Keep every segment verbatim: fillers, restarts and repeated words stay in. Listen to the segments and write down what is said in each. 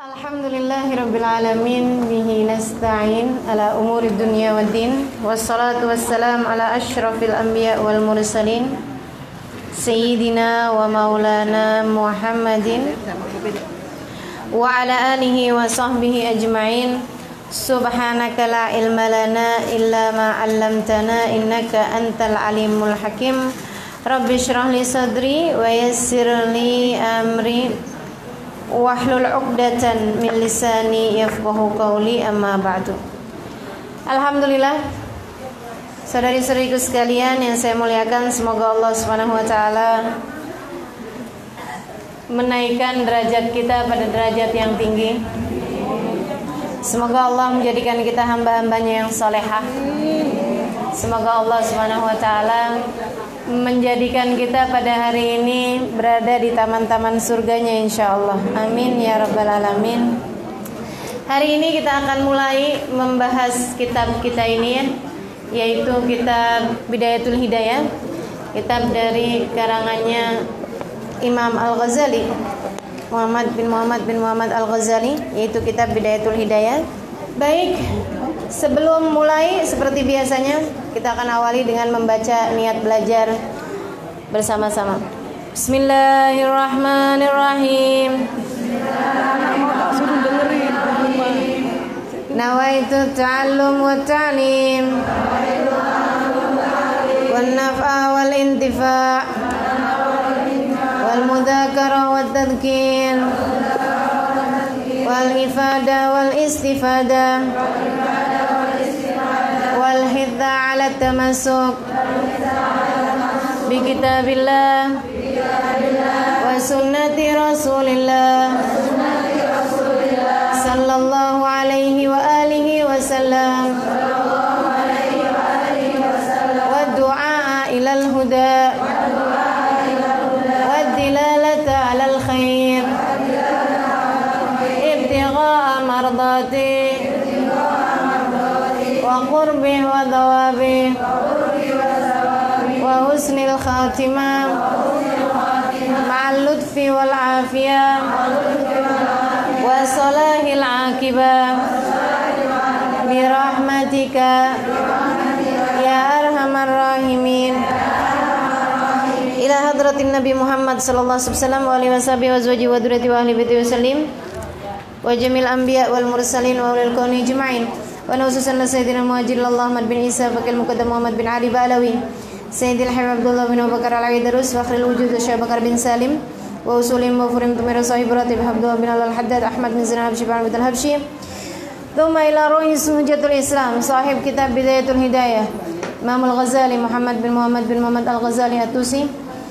Alhamdulillahirabbil alamin bihi nasta'in ala umuri dunya waddin wassalatu wassalamu ala asyrafil anbiya wal mursalin sayyidina wa maulana Muhammadin wa ala alihi wa sahbihi ajma'in. Subhanaka la ilma lana illa ma 'allamtana innaka antal alimul hakim. Rabbi shrah li sadri wa yassir li amri wahlul 'uqdatan min lisani yafqahu qawli, amma ba'du. Alhamdulillah, saudari-saudariku sekalian yang saya muliakan, semoga Allah Subhanahu wa taala menaikkan derajat kita pada derajat yang tinggi. Semoga Allah menjadikan kita hamba-hambanya yang salehah. Semoga Allah Subhanahu wa taala menjadikan kita pada hari ini berada di taman-taman surganya insyaallah. Amin ya rabbal alamin. Hari ini kita akan mulai membahas kitab kita ini, yaitu kitab Bidayatul Hidayah, kitab dari karangannya Imam Al-Ghazali, Muhammad bin Muhammad bin Muhammad Al-Ghazali, yaitu kitab Bidayatul Hidayah. Baik, sebelum mulai seperti biasanya kita akan awali dengan membaca niat belajar bersama-sama. Bismillahirrahmanirrahim. Nawaitu ta'allum wa ta'lim wan naf'a wal intifa' wal mudhakara wat tadhkir wal ifada wal istifada wal hidda ala tamasuk bi kitabillah wa sunnati rasulillah sallallahu alaihi wa alihi wa sallam wa du'a ilal huda wa dilalata alal khair ibtigha'a mardati wa qurbi wa dawabi wa husnil khatimah ma'al lutfi wal afiyah wa salahil aqibah bi rahmatika ya arhamar rahimin. Ila hadratin Nabi Muhammad sallallahu alaihi wasallam wa alihi washabihi wa azwajihi wa dzurriyyati wa ahli baiti wasallim wa jamil anbiya wal mursalin wa ulil kauni ajma'in. Wa khususan sayyidina muhajirin Muhammad bin Isa fakil muqaddam Muhammad bin Ali Balawi, Sayyidil Habib Abdullah bin Abu Bakar Al-Aidarus, Fakhrul Wujud Syekh Bakar bin Salim, wa usulim wa furim tumira sahib ratib Abdullah bin Al-Haddad Ahmad bin Zainal Habsyi bin Al-Habsyi. Thumma ila ru'is hujjatul Islam, sahib kitab Bidayatul Hidayah, Imam Al-Ghazali Muhammad bin Muhammad bin Muhammad Al-Ghazali At-Tusi.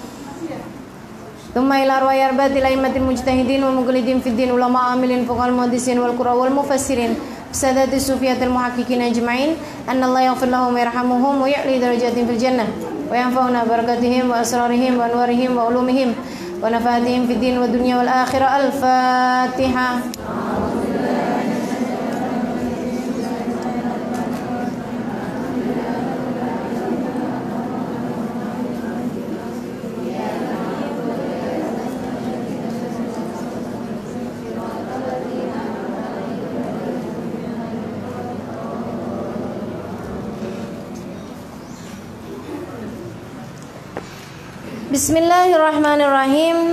Thumma ila ru'ay arba'atil a'immatil mujtahidin wa muqallidin fid din, ulama amilin fuqahal muhaddisin wal qurra wal mufassirin, sadati sufiyatil muhaqqiqin ajma'in, anna Allah yaghfir lahum wa yarhamuhum wa ya'li darajatin fil jannah wa yanfa'una barakatihim wa asrarihim wa anwarihim wa ulumihim wa nafatihim fid din wa dunya wal akhirah. Al-Fatihah. Bismillahirrahmanirrahim.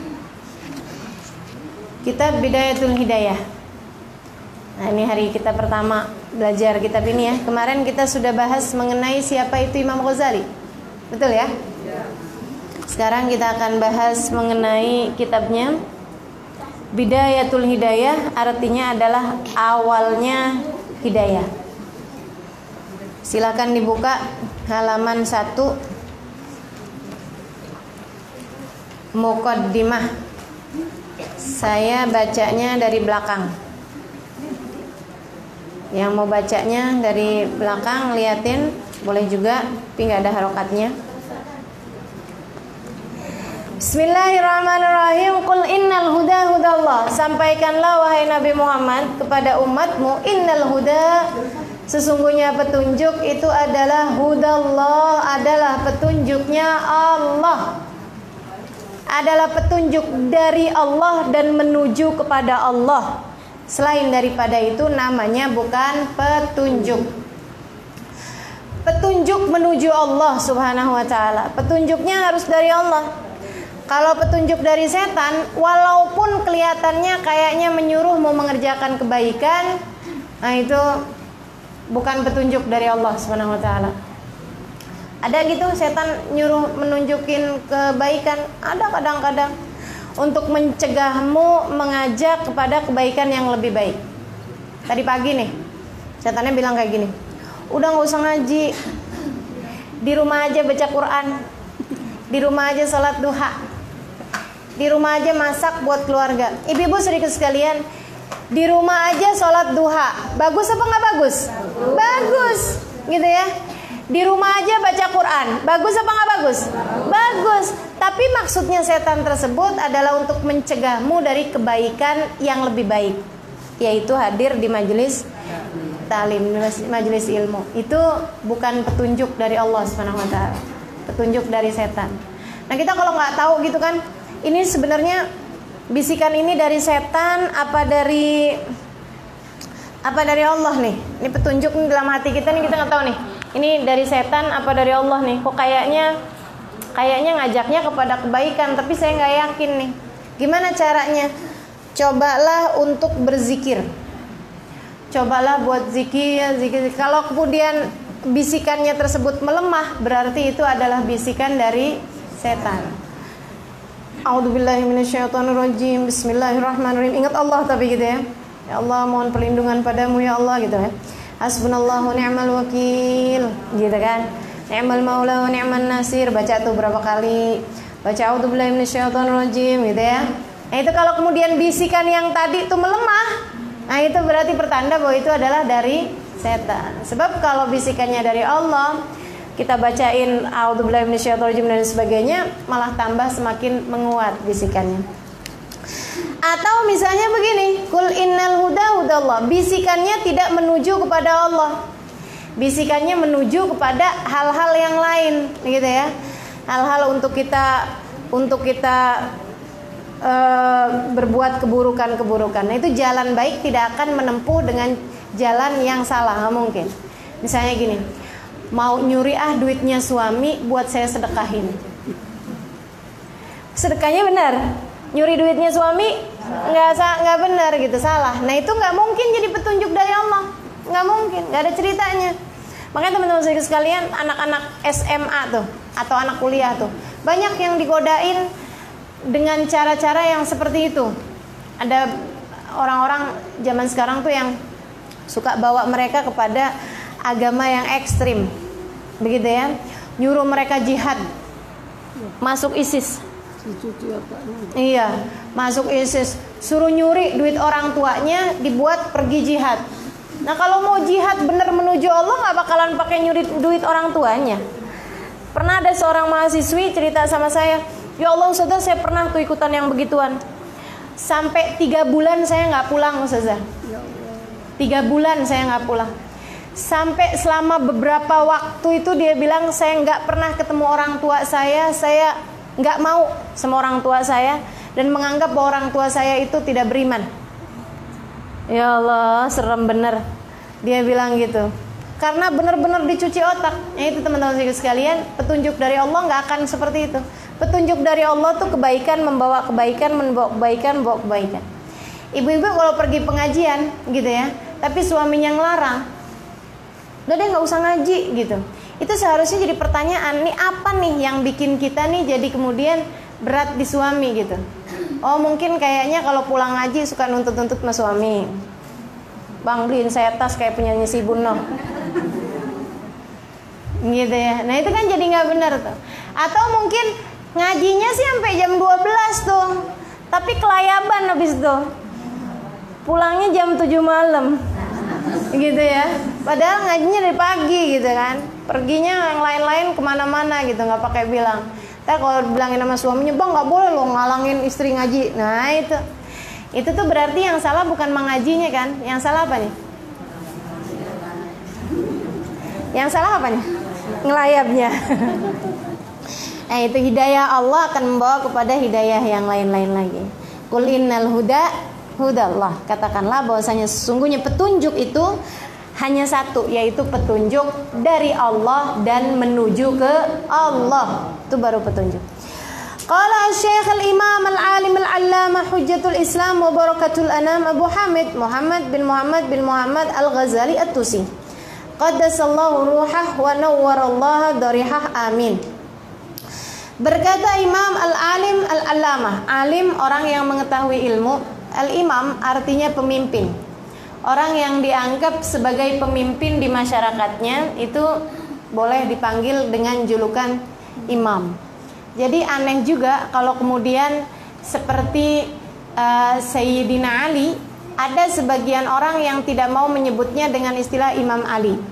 Kitab Bidayatul Hidayah. Nah, ini hari kita pertama belajar kitab ini ya. Kemarin kita sudah bahas mengenai siapa itu Imam Ghazali. Betul ya? Sekarang kita akan bahas mengenai kitabnya Bidayatul Hidayah, artinya adalah awalnya hidayah. Silakan dibuka halaman satu. Muqaddimah. Saya bacanya dari belakang. Yang mau bacanya dari belakang liatin boleh juga, tapi nggak ada harokatnya. Bismillahirrahmanirrahim. Qul innal huda hudallah. Sampaikanlah wahai Nabi Muhammad kepada umatmu, innal huda, sesungguhnya petunjuk itu adalah hudallah, adalah petunjuknya Allah. adalah petunjuk dari Allah dan menuju kepada Allah. Selain daripada itu namanya bukan petunjuk. Petunjuk menuju Allah Subhanahu wa taala. Petunjuknya harus dari Allah. Kalau petunjuk dari setan, walaupun kelihatannya kayaknya menyuruh mau mengerjakan kebaikan, nah itu bukan petunjuk dari Allah Subhanahu wa taala. Ada gitu setan nyuruh menunjukin kebaikan, ada kadang-kadang untuk mencegahmu mengajak kepada kebaikan yang lebih baik. Tadi pagi nih, setannya bilang kayak gini, udah gak usah ngaji, di rumah aja baca Quran, di rumah aja sholat duha, di rumah aja masak buat keluarga. Ibu-ibu sedikit sekalian, di rumah aja sholat duha, bagus apa gak bagus? Bagus, gitu ya. Di rumah aja baca Quran, bagus apa gak bagus? Bagus. Tapi maksudnya setan tersebut adalah untuk mencegahmu dari kebaikan yang lebih baik, yaitu hadir di majelis talim, majelis ilmu. Itu bukan petunjuk dari Allah subhanahu wa taala, petunjuk dari setan. Nah kita kalau nggak tahu gitu kan, ini sebenarnya bisikan ini dari setan apa dari apa dari Allah nih? Ini petunjuk nih dalam hati kita nih, kita nggak tahu nih. Ini dari setan apa dari Allah nih? Kok kayaknya kayaknya ngajaknya kepada kebaikan, tapi saya nggak yakin nih. Gimana caranya? Cobalah untuk berzikir. Cobalah buat zikir, zikir. Kalau kemudian bisikannya tersebut melemah, berarti itu adalah bisikan dari setan. A'udzubillahi minasyaitonirrajim. Bismillahirrahmanirrahim. Ingat Allah tapi gitu ya. Ya Allah, mohon perlindungan padamu ya Allah gitu ya. Hasbunallahu ni'mal wakil, gitu kan. Ni'mal maula wa ni'man nasir. Baca tuh berapa kali. Baca a'udzubillahi minasyaitonirrajim gitu ya. Nah itu kalau kemudian bisikan yang tadi itu melemah, nah itu berarti pertanda bahwa itu adalah dari setan. Sebab kalau bisikannya dari Allah, kita bacain a'udzubillahi minasyaitonirrajim dan sebagainya, malah tambah semakin menguat bisikannya. Atau misalnya begini, kul innal huda hudallah, bisikannya tidak menuju kepada Allah, bisikannya menuju kepada hal-hal yang lain, gitu ya. Hal-hal untuk kita untuk kita uh, berbuat keburukan-keburukan. Nah, itu jalan baik tidak akan menempuh dengan jalan yang salah, nggak mungkin. Misalnya gini, mau nyuri ah duitnya suami buat saya sedekahin. Sedekahnya benar, nyuri duitnya suami nggak nggak benar gitu, salah. Nah itu nggak mungkin jadi petunjuk dari Allah, nggak mungkin, nggak ada ceritanya. Makanya teman-teman saya sekalian, anak-anak S M A tuh atau anak kuliah tuh banyak yang digodain dengan cara-cara yang seperti itu. Ada orang-orang zaman sekarang tuh yang suka bawa mereka kepada agama yang ekstrim, begitu ya, nyuruh mereka jihad, masuk ISIS. Iya, masuk ISIS, suruh nyuri duit orang tuanya dibuat pergi jihad. Nah kalau mau jihad bener menuju Allah, nggak bakalan pakai nyuri duit orang tuanya. Pernah ada seorang mahasiswi cerita sama saya, ya Allah Ustazah, saya pernah tuh ikutan yang begituan. Sampai tiga bulan saya nggak pulang Ustazah. Tiga bulan saya nggak pulang. Sampai selama beberapa waktu itu dia bilang, saya nggak pernah ketemu orang tua saya, saya nggak mau sama orang tua saya, dan menganggap bahwa orang tua saya itu tidak beriman. Ya Allah, serem bener. Dia bilang gitu, karena benar-benar dicuci otak. Nah itu teman-teman sekalian, petunjuk dari Allah nggak akan seperti itu. Petunjuk dari Allah tuh kebaikan membawa kebaikan, membawa kebaikan, membawa kebaikan. Ibu-ibu kalau pergi pengajian gitu ya, tapi suaminya ngelarang, udah deh nggak usah ngaji gitu. Itu seharusnya jadi pertanyaan, nih apa nih yang bikin kita nih jadi kemudian berat di suami gitu. Oh mungkin kayaknya kalau pulang ngaji suka nuntut-nuntut sama suami, bang beliin saya tas kayak penyanyi si Buno gitu ya. Nah itu kan jadi gak benar tuh. Atau mungkin ngajinya sih sampai jam dua belas tuh, tapi kelayaban habis itu, pulangnya jam tujuh malam gitu ya. Padahal ngajinya dari pagi gitu kan, perginya yang lain-lain kemana-mana gitu, nggak pakai bilang. Tapi kalau bilangin sama suaminya, bang nggak boleh loh ngalangin istri ngaji. Nah itu, itu tuh berarti yang salah bukan mengajinya kan, yang salah apa nih? Yang salah apanya? Ngelayapnya. Nah, itu hidayah Allah akan membawa kepada hidayah yang lain-lain lagi. Qul innal huda hudallah. Katakanlah bahwasanya sesungguhnya petunjuk itu hanya satu, yaitu petunjuk dari Allah dan menuju ke Allah. Itu baru petunjuk. Qala Syekh al-Imam al-Alim al-Allamah Hujjatul Islam wa Barakatul Anam Abu Hamid Muhammad bin Muhammad bin Muhammad Al-Ghazali At-Tusi. Qaddasallahu ruhah wa nawwarallaha darihah, amin. Berkata Imam Al-Alim Al-Allamah, alim orang yang mengetahui ilmu, al-imam artinya pemimpin. Orang yang dianggap sebagai pemimpin di masyarakatnya itu boleh dipanggil dengan julukan imam. Jadi aneh juga kalau kemudian seperti uh, Sayyidina Ali, ada sebagian orang yang tidak mau menyebutnya dengan istilah Imam Ali.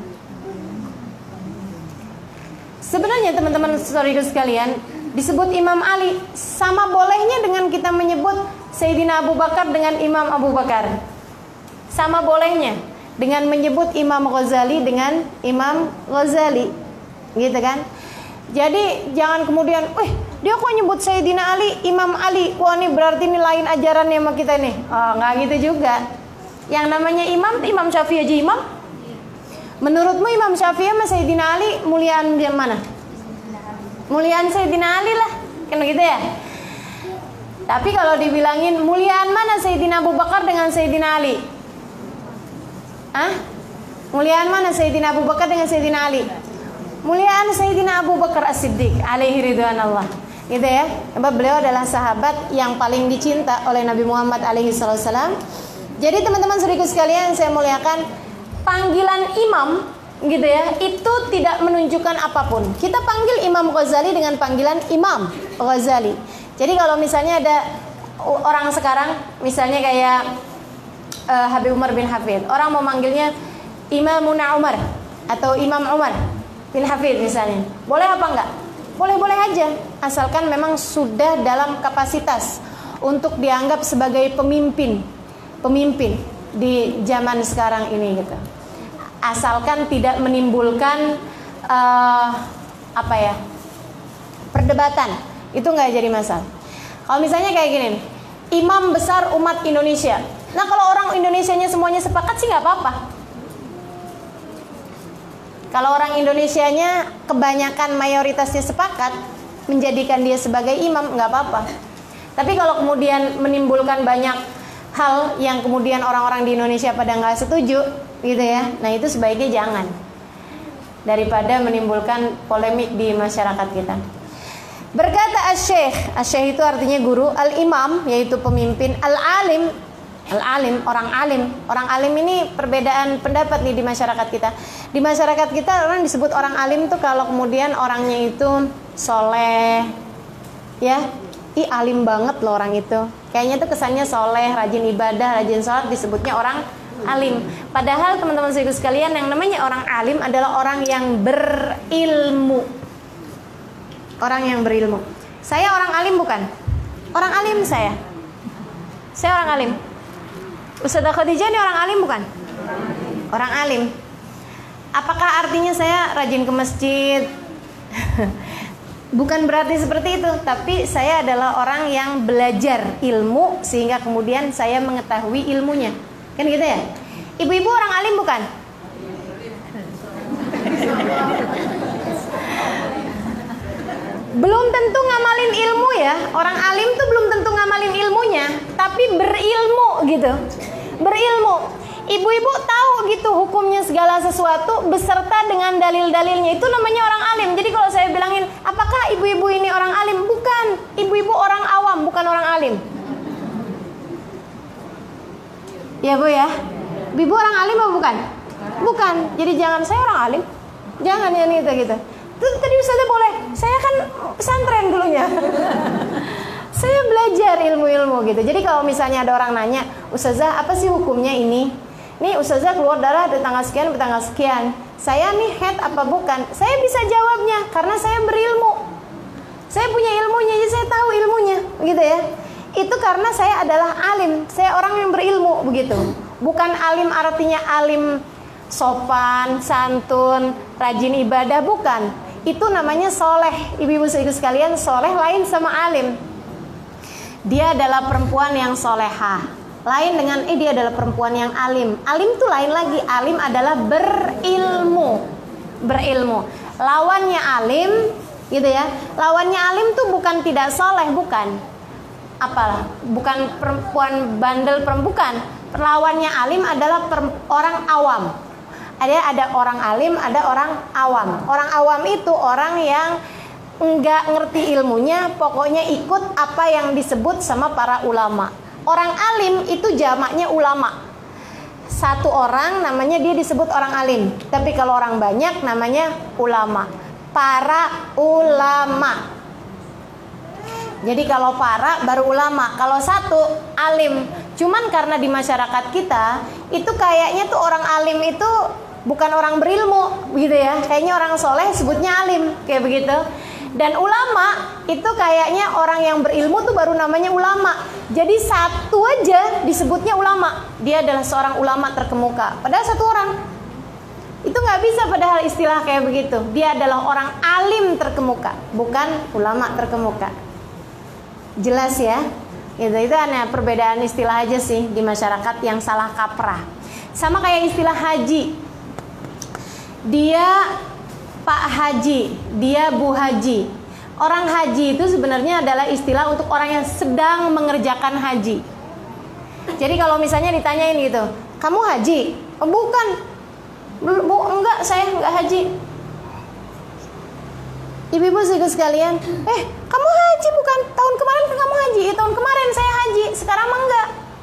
Sebenarnya teman-teman saudara sekalian, disebut Imam Ali sama bolehnya dengan kita menyebut Sayyidina Abu Bakar dengan Imam Abu Bakar. Sama bolehnya dengan menyebut Imam Ghazali dengan Imam Ghazali, gitu kan? Jadi jangan kemudian, wih dia kok nyebut Sayyidina Ali Imam Ali, wah ini berarti ini lain ajarannya sama kita nih. Oh, nggak gitu juga. Yang namanya imam, Imam Syafi'i aja imam. Menurutmu Imam Syafi'i sama Sayyidina Ali muliaan yang mana? Muliaan Sayyidina Ali lah, kan begitu ya. Tapi kalau dibilangin muliaan mana Sayyidina Abu Bakar dengan Sayyidina Ali? Hah? Muliaan mana Sayyidina Abu Bakar dengan Sayyidina Ali? Muliaan Sayyidina Abu Bakar As-Siddiq alaihi ridwanallah. Gitu ya. Sebab beliau adalah sahabat yang paling dicinta oleh Nabi Muhammad alaihi wasallam. Jadi teman-teman saudaraku sekalian saya muliakan, panggilan imam gitu ya, itu tidak menunjukkan apapun. Kita panggil Imam Ghazali dengan panggilan Imam Ghazali. Jadi kalau misalnya ada orang sekarang, misalnya kayak uh, Habib Umar bin Hafid, orang mau manggilnya Imamuna Umar atau Imam Umar bin Hafid misalnya, boleh apa enggak? Boleh-boleh aja, asalkan memang sudah dalam kapasitas untuk dianggap sebagai pemimpin, pemimpin di zaman sekarang ini gitu. Asalkan tidak menimbulkan uh, apa ya, perdebatan, itu nggak jadi masalah. Kalau misalnya kayak gini, imam besar umat Indonesia. Nah kalau orang Indonesianya semuanya sepakat sih nggak apa-apa. Kalau orang Indonesianya kebanyakan mayoritasnya sepakat menjadikan dia sebagai imam, nggak apa-apa. Tapi kalau kemudian menimbulkan banyak hal yang kemudian orang-orang di Indonesia pada nggak setuju, gitu ya. Nah itu sebaiknya jangan, daripada menimbulkan polemik di masyarakat kita. Berkata asy-syekh, asy-syekh itu artinya guru, al-imam yaitu pemimpin, al-alim, al-alim orang alim. Orang alim ini perbedaan pendapat nih di masyarakat kita. Di masyarakat kita orang disebut orang alim tuh kalau kemudian orangnya itu soleh, ya, ih alim banget loh orang itu. Kayaknya tuh kesannya soleh, rajin ibadah, rajin sholat, disebutnya orang alim. Padahal teman-teman saudara sekalian, yang namanya orang alim adalah orang yang berilmu. Orang yang berilmu. Saya orang alim bukan? Orang alim saya. Saya orang alim. Ustazah Khadijah ini orang alim bukan? Orang alim. Apakah artinya saya rajin ke masjid? Bukan berarti seperti itu, tapi saya adalah orang yang belajar ilmu sehingga kemudian saya mengetahui ilmunya. Kan gitu ya? Ibu-ibu orang alim bukan? Belum tentu ngamalin ilmu ya. Orang alim tuh belum tentu ngamalin ilmunya, tapi berilmu gitu. Berilmu. Ibu-ibu tahu gitu hukumnya segala sesuatu beserta dengan dalil-dalilnya. Itu namanya orang alim. Jadi kalau saya bilangin, apakah ibu-ibu ini orang alim? Bukan. Ibu-ibu orang awam, bukan orang alim. Ya Bu ya. Ibu orang alim apa bukan? Bukan. Jadi jangan saya orang alim. Jangan ya nih gitu. Terus tadi Ustazah boleh. Saya kan pesantren dulunya. Saya belajar ilmu-ilmu gitu. Jadi kalau misalnya ada orang nanya, Ustazah apa sih hukumnya ini? Nih Ustazah keluar darah di tanggal sekian, di tanggal sekian. Saya nih head apa bukan? Saya bisa jawabnya karena saya berilmu. Saya punya ilmunya, jadi saya tahu ilmunya, gitu ya. Itu karena saya adalah alim. Saya orang yang berilmu begitu. Bukan alim artinya alim sopan, santun, rajin ibadah, bukan. itu namanya soleh. Ibu-ibu sekalian, soleh lain sama alim. Dia adalah perempuan yang solehah, lain dengan eh dia adalah perempuan yang alim. Alim itu lain lagi. Alim adalah berilmu, berilmu. Lawannya alim, gitu ya. Lawannya alim tuh bukan tidak soleh, bukan. Apalah, bukan perempuan bandel, perempuan. Lawannya alim adalah orang awam. Ada ada orang alim, ada orang awam. Orang awam itu orang yang enggak ngerti ilmunya, pokoknya ikut apa yang disebut sama para ulama. Orang alim itu jamaknya ulama. Satu orang namanya dia disebut orang alim. Tapi kalau orang banyak namanya ulama. Para ulama. Jadi kalau para baru ulama, kalau satu alim. Cuman karena di masyarakat kita itu kayaknya tuh orang alim itu bukan orang berilmu, gitu ya. Kayaknya orang soleh sebutnya alim, kayak begitu. Dan ulama itu kayaknya orang yang berilmu tuh baru namanya ulama. Jadi satu aja disebutnya ulama. Dia adalah seorang ulama terkemuka. Padahal satu orang. Itu nggak bisa padahal istilah kayak begitu. Dia adalah orang alim terkemuka, bukan ulama terkemuka. Jelas ya? Itu itu hanya perbedaan istilah aja sih di masyarakat yang salah kaprah. Sama kayak istilah haji. Dia Pak Haji, dia Bu Haji. Orang haji itu sebenarnya adalah istilah untuk orang yang sedang mengerjakan haji. Jadi kalau misalnya ditanyain gitu, kamu haji? Oh, bukan. Bu, enggak, saya enggak haji. Ibu-ibu sekalian, eh kamu haji bukan? Tahun kemarin kamu haji, eh, tahun kemarin saya haji, sekarang mah enggak.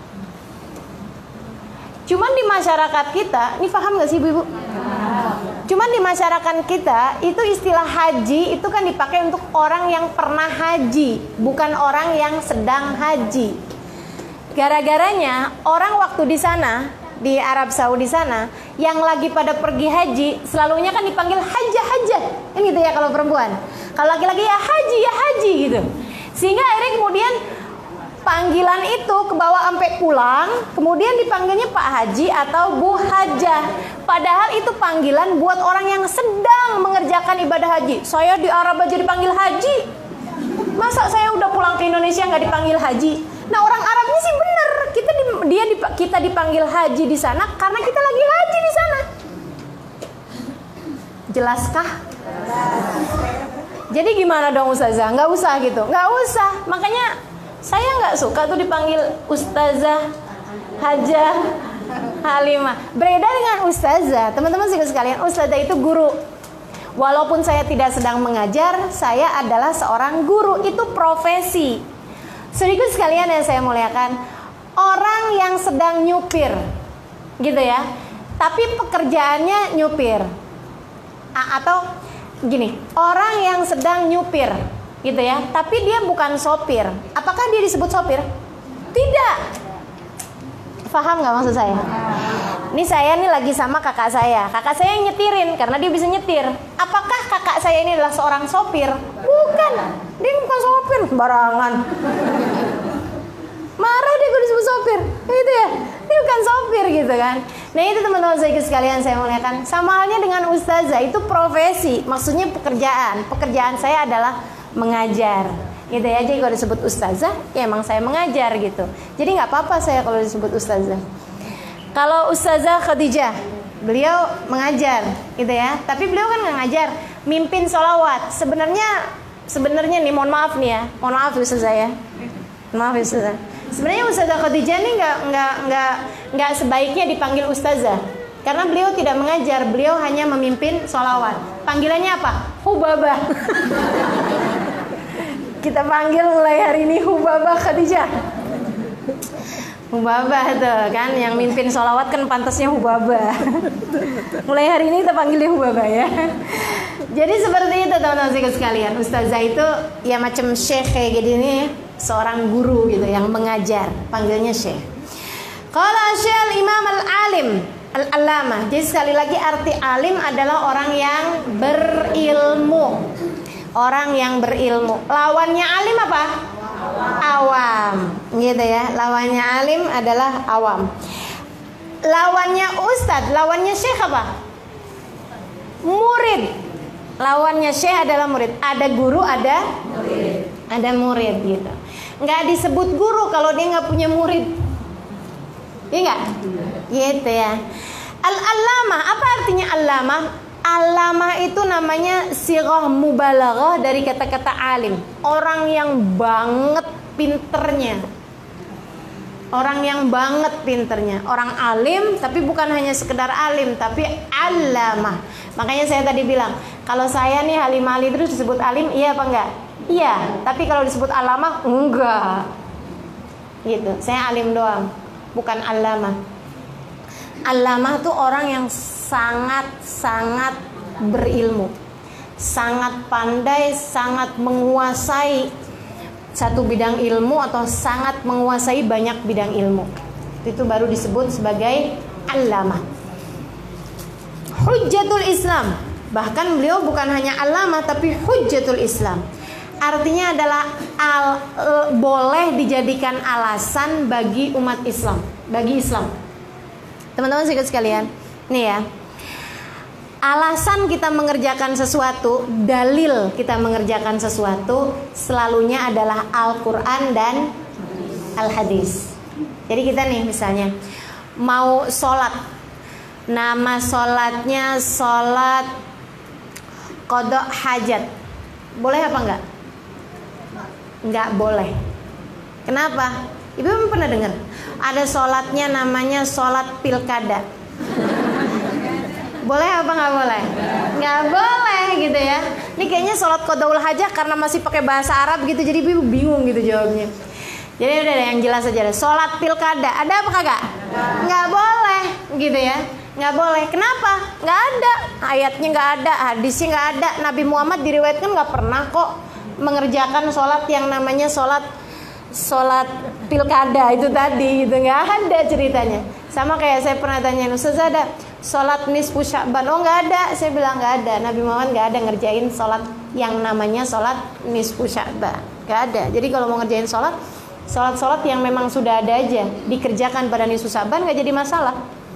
Cuman di masyarakat kita, ini paham gak sih ibu-ibu? Cuman di masyarakat kita itu istilah haji itu kan dipakai untuk orang yang pernah haji, bukan orang yang sedang haji. Gara-garanya orang waktu di sana di Arab Saudi sana yang lagi pada pergi haji selalunya kan dipanggil haja-haja, kan gitu ya kalau perempuan. Kalau laki-laki ya haji ya haji gitu. Sehingga akhirnya kemudian panggilan itu kebawa sampai pulang, kemudian dipanggilnya Pak Haji atau Bu Hajah. Padahal itu panggilan buat orang yang sedang mengerjakan ibadah haji. Saya di Arab aja dipanggil haji. Masa saya udah pulang ke Indonesia nggak dipanggil haji? Nah orang Arabnya sih bener, kita di, dia kita dipanggil haji di sana karena kita lagi haji di sana. Jelaskah? Jadi gimana dong Ustazah? Nggak usah gitu, nggak usah. Makanya saya nggak suka tuh dipanggil Ustazah, Hajah, Halimah. Berbeda dengan Ustazah, teman-teman sekalian. Ustazah itu guru. Walaupun saya tidak sedang mengajar, saya adalah seorang guru. Itu profesi. Sedikit sekalian yang saya muliakan, orang yang sedang nyupir, gitu ya. Tapi pekerjaannya nyupir. A- atau gini, orang yang sedang nyupir, gitu ya. Tapi dia bukan sopir. Apakah dia disebut sopir? Tidak. Paham nggak maksud saya? Ini saya nih lagi sama kakak saya. Kakak saya yang nyetirin karena dia bisa nyetir. Apakah kakak saya ini adalah seorang sopir? Bukan. Dia bukan sopir, barangan. Marah dia gue disebut sopir, gitu ya. Dia bukan sopir gitu kan. Nah itu teman-teman saya sekalian saya muliakan. Sama halnya dengan ustazah, itu profesi, maksudnya pekerjaan. Pekerjaan saya adalah mengajar, gitu ya. Jadi kalau disebut ustazah, ya emang saya mengajar gitu. Jadi nggak apa-apa saya kalau disebut ustazah. Kalau Ustazah Khadijah, beliau mengajar, gitu ya. Tapi beliau kan nggak ngajar, mimpin sholawat. Sebenarnya, sebenarnya nih, mohon maaf nih ya, mohon maaf Ustazah ya, maaf Ustazah. Sebenarnya Ustazah Khadijah nih nggak nggak nggak nggak sebaiknya dipanggil Ustazah, karena beliau tidak mengajar, beliau hanya memimpin sholawat. Panggilannya apa? Hubabah. Kita panggil mulai hari ini Hubabah Khadijah. Hubabah tuh kan, yang mimpin sholawat kan pantasnya Hubabah. Mulai hari ini kita panggil dia Hubabah ya. Jadi seperti itu teman-teman sekalian. Ustazah itu ya macam syekh kayak gini, seorang guru gitu yang mengajar, panggilnya syekh. Qala Syekh Imam Al-Alim Al-Allamah. Jadi sekali lagi arti alim adalah orang yang berilmu. Orang yang berilmu. Lawannya alim apa? Awam, gitu ya. Lawannya alim adalah awam. Lawannya ustadz, lawannya syekh apa? Murid. Lawannya syekh adalah murid. Ada guru, ada murid. Ada murid gitu. Nggak disebut guru kalau dia nggak punya murid. Iya nggak? Gitu ya. Al-allamah, apa artinya allamah? Allamah itu namanya sirah mubalaghah dari kata-kata alim. Orang yang banget pinternya. Orang yang banget pinternya. Orang alim, tapi bukan hanya sekedar alim, tapi allamah. Makanya saya tadi bilang, kalau saya nih Halimah Ali terus disebut alim, iya apa enggak? Iya, tapi kalau disebut allamah, enggak. Gitu, saya alim doang, bukan allamah. Allamah tuh orang yang sangat-sangat berilmu, sangat pandai, sangat menguasai satu bidang ilmu atau sangat menguasai banyak bidang ilmu. Itu baru disebut sebagai allamah. Hujjatul Islam, bahkan beliau bukan hanya allamah tapi hujjatul Islam. Artinya adalah al, e, boleh dijadikan alasan bagi umat Islam, bagi Islam. Teman-teman sekalian, nih ya. Alasan kita mengerjakan sesuatu, dalil kita mengerjakan sesuatu selalunya adalah Al-Quran dan Al-Hadis. Jadi kita nih misalnya mau sholat, nama sholatnya sholat qada hajat, boleh apa enggak? Enggak boleh. Kenapa? Ibu pernah dengar ada sholatnya namanya sholat pilkada. Boleh apa nggak boleh? Nggak boleh gitu ya. Ini kayaknya sholat qadaul hajah karena masih pakai bahasa Arab gitu, jadi ibu bingung gitu jawabnya. Jadi udah deh, yang jelas aja deh. Sholat pilkada ada apa kagak? Nggak boleh gitu ya. Nggak boleh. Kenapa? Nggak ada. Ayatnya nggak ada, hadisnya nggak ada. Nabi Muhammad diriwayatkan nggak pernah kok mengerjakan sholat yang namanya sholat sholat pilkada itu tadi gitu, nggak ada ceritanya. Sama kayak saya pernah tanya, Ustaz ada sholat nisfu Sya'ban? Oh nggak ada, saya bilang nggak ada. Nabi Muhammad nggak ada ngerjain sholat yang namanya sholat nisfu Sya'ban, nggak ada. Jadi kalau mau ngerjain sholat, sholat-sholat yang memang sudah ada aja dikerjakan pada nisfu Sya'ban nggak jadi masalah.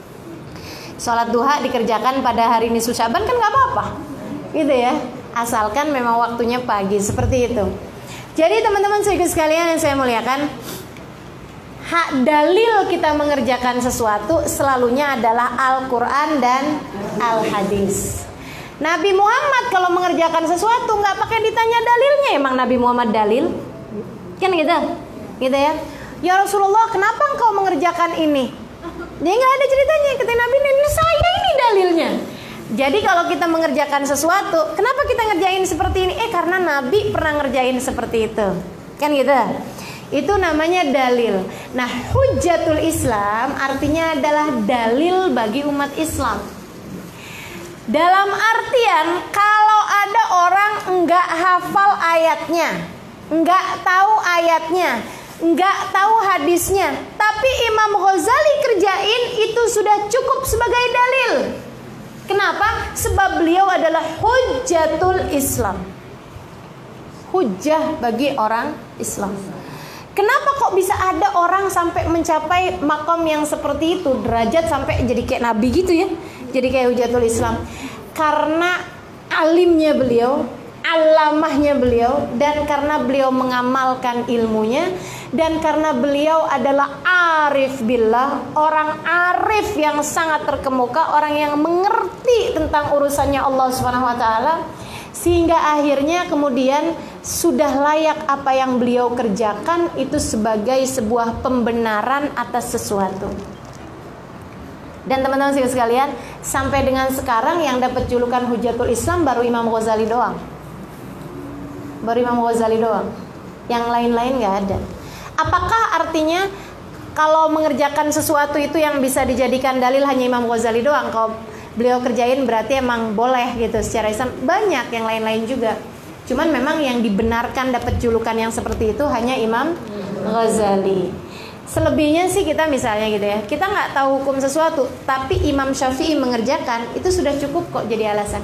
Sholat duha dikerjakan pada hari nisfu Sya'ban kan nggak apa-apa, gitu ya. Asalkan memang waktunya pagi seperti itu. Jadi teman-teman sekalian yang saya muliakan, hak dalil kita mengerjakan sesuatu selalunya adalah Al-Quran dan Al-Hadis. Nabi Muhammad kalau mengerjakan sesuatu nggak pakai ditanya dalilnya, emang Nabi Muhammad dalil? Kan gitu, gitu ya. Ya Rasulullah, kenapa engkau mengerjakan ini? Dia nggak ada ceritanya. Kata Nabi, ini saya ini dalilnya. Jadi kalau kita mengerjakan sesuatu, kenapa kita ngerjain seperti ini? Eh karena Nabi pernah ngerjain seperti itu, kan gitu. Itu namanya dalil. Nah, hujjatul Islam artinya adalah dalil bagi umat Islam. Dalam artian kalau ada orang enggak hafal ayatnya, enggak tahu ayatnya, enggak tahu hadisnya, tapi Imam Ghazali kerjain, itu sudah cukup sebagai dalil. Kenapa? Sebab beliau adalah hujjatul Islam, hujjah bagi orang Islam. Kenapa kok bisa ada orang sampai mencapai makom yang seperti itu, derajat sampai jadi kayak nabi gitu ya, jadi kayak hujjatul Islam? Karena alimnya beliau, alamahnya beliau, dan karena beliau mengamalkan ilmunya, dan karena beliau adalah arif billah, orang arif yang sangat terkemuka, orang yang mengerti tentang urusannya Allah subhanahu wa taala, sehingga akhirnya kemudian sudah layak apa yang beliau kerjakan itu sebagai sebuah pembenaran atas sesuatu. Dan teman-teman sekalian, sampai dengan sekarang yang dapat julukan hujjatul Islam baru Imam Ghazali doang. Baru Imam Ghazali doang. Yang lain-lain gak ada. Apakah artinya kalau mengerjakan sesuatu itu yang bisa dijadikan dalil hanya Imam Ghazali doang? Kalau beliau kerjain berarti emang boleh gitu secara Islam? Banyak yang lain-lain juga. Cuman memang yang dibenarkan dapat julukan yang seperti itu hanya Imam Ghazali. Selebihnya sih kita misalnya gitu ya, kita nggak tahu hukum sesuatu, tapi Imam Syafi'i mengerjakan, itu sudah cukup kok jadi alasan.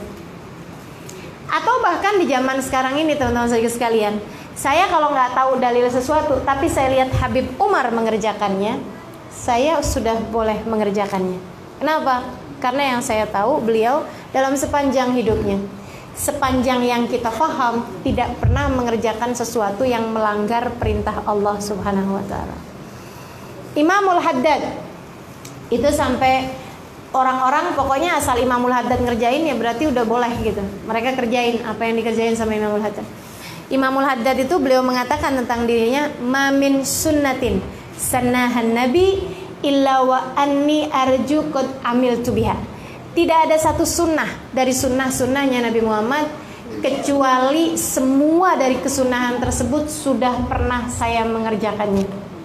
Atau bahkan di zaman sekarang ini teman-teman sekalian, saya kalau nggak tahu dalil sesuatu, tapi saya lihat Habib Umar mengerjakannya, saya sudah boleh mengerjakannya. Kenapa? Karena yang saya tahu beliau dalam sepanjang hidupnya, sepanjang yang kita paham, tidak pernah mengerjakan sesuatu yang melanggar perintah Allah Subhanahu wa taala. Imamul Haddad itu sampai orang-orang pokoknya asal Imamul Haddad ngerjain ya berarti udah boleh gitu. Mereka kerjain apa yang dikerjain sama Imamul Haddad. Imamul Haddad itu beliau mengatakan tentang dirinya, "Ma min sunnatin sannahan nabi illa wa anni arju qad amiltu biha." Tidak ada satu sunnah dari sunnah-sunnahnya Nabi Muhammad kecuali semua dari kesunahan tersebut sudah pernah saya mengerjakannya.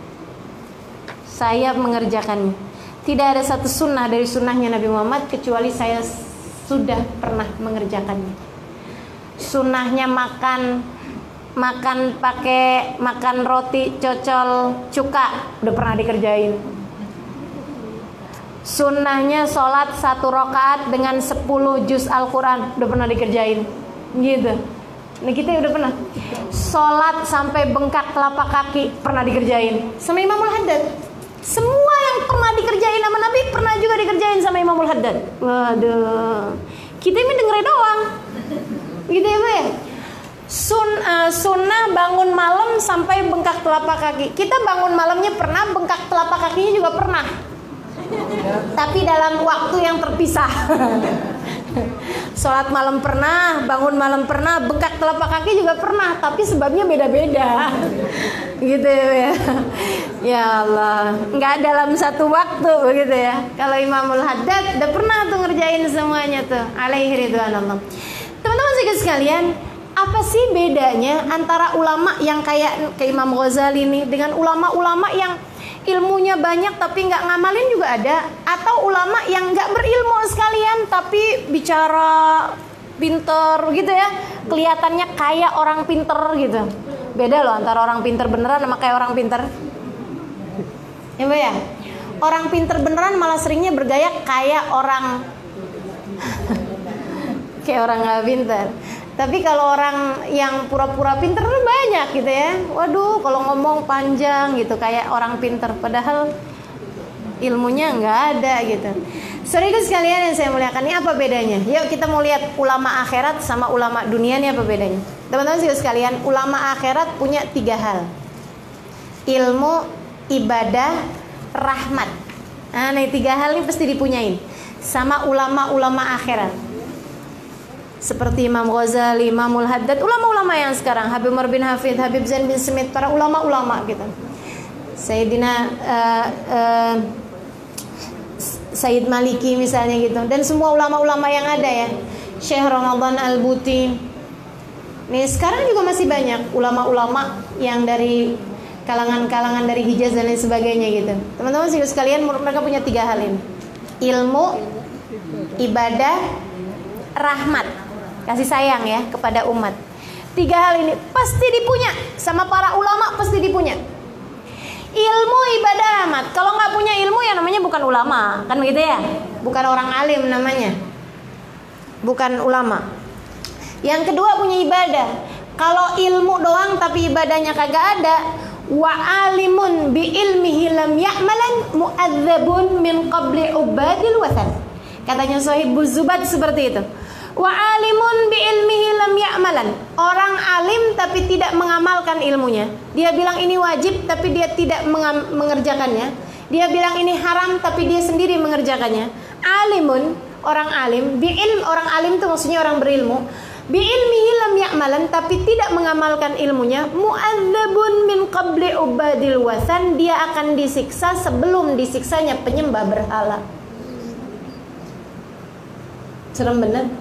Saya mengerjakannya. Tidak ada satu sunnah dari sunnahnya Nabi Muhammad kecuali saya sudah pernah mengerjakannya. Sunnahnya makan makan pakai makan roti cocol cuka udah pernah dikerjain. Sunnahnya sholat satu rakaat dengan sepuluh juz Al-Quran udah pernah dikerjain gitu. Nah kita udah pernah sholat sampai bengkak telapak kaki pernah dikerjain sama Imamul Haddad. Semua yang pernah dikerjain sama Nabi pernah juga dikerjain sama Imamul Haddad. Waduh, kita ini dengerin doang gitu ya Pak ya. Sun, uh, sunnah bangun malam sampai bengkak telapak kaki. Kita bangun malamnya pernah, bengkak telapak kakinya juga pernah, tapi dalam waktu yang terpisah. Sholat malam pernah, bangun malam pernah, bengkak telapak kaki juga pernah, tapi sebabnya beda-beda. Gitu ya. Ya Allah, nggak dalam satu waktu begitu ya. Kalau Imamul Haddad udah pernah tuh ngerjain semuanya tuh. Alaihi ridwanullah. Teman-teman sekalian, apa sih bedanya antara ulama yang kayak kayak Imam Ghazali nih dengan ulama-ulama yang ilmunya banyak tapi nggak ngamalin juga ada, atau ulama yang nggak berilmu sekalian tapi bicara pinter gitu ya, kelihatannya kayak orang pinter gitu. Beda loh antara orang pinter beneran sama kayak orang pinter. Ya Mbak ya, orang pinter beneran malah seringnya bergaya kayak orang kayak orang nggak pinter. Tapi kalau orang yang pura-pura pinter banyak gitu ya. Waduh, kalau ngomong panjang gitu kayak orang pinter, padahal ilmunya nggak ada gitu. Saudara sekalian yang saya muliakan, ini apa bedanya? Yuk kita mau lihat ulama akhirat sama ulama dunia, ini apa bedanya? Teman-teman sekalian, ulama akhirat punya tiga hal: ilmu, ibadah, rahmat. Nah, ini tiga hal ini pasti dipunyain sama ulama-ulama akhirat. Seperti Imam Ghazali, Imamul Haddad, ulama-ulama yang sekarang, Habib Umar bin Hafid, Habib Zain bin Smith, para ulama-ulama gitu. Sayyidina uh, uh, Sayyid Maliki misalnya gitu, dan semua ulama-ulama yang ada ya, Syekh Ramadan Al-Buti. Nih sekarang juga masih banyak ulama-ulama yang dari kalangan-kalangan dari Hijaz dan lain sebagainya gitu. Teman-teman sekalian, mereka punya tiga hal ini: ilmu, ibadah, rahmat. Kasih sayang ya kepada umat. Tiga hal ini pasti dipunya sama para ulama, pasti dipunya. Ilmu, ibadah, rahmat. Kalau nggak punya ilmu ya namanya bukan ulama, kan begitu ya? Bukan orang alim namanya, bukan ulama. Yang kedua punya ibadah. Kalau ilmu doang tapi ibadahnya kagak ada, wa alimun bi ilmihi lam ya'malan mu'adzabun min qabli ubadil wathan. Katanya Sohibul Zubat seperti itu. Wa alimun bi ilmihi lam ya'malan. Orang alim tapi tidak mengamalkan ilmunya. Dia bilang ini wajib tapi dia tidak mengerjakannya. Dia bilang ini haram tapi dia sendiri mengerjakannya. Alimun, orang alim, bi ilm, orang alim itu maksudnya orang berilmu. Bi ilmihi lam ya'malan, tapi tidak mengamalkan ilmunya. Mu'adzabun min qabli ubadil wathan, dia akan disiksa sebelum disiksanya penyembah berhala. Serem bener.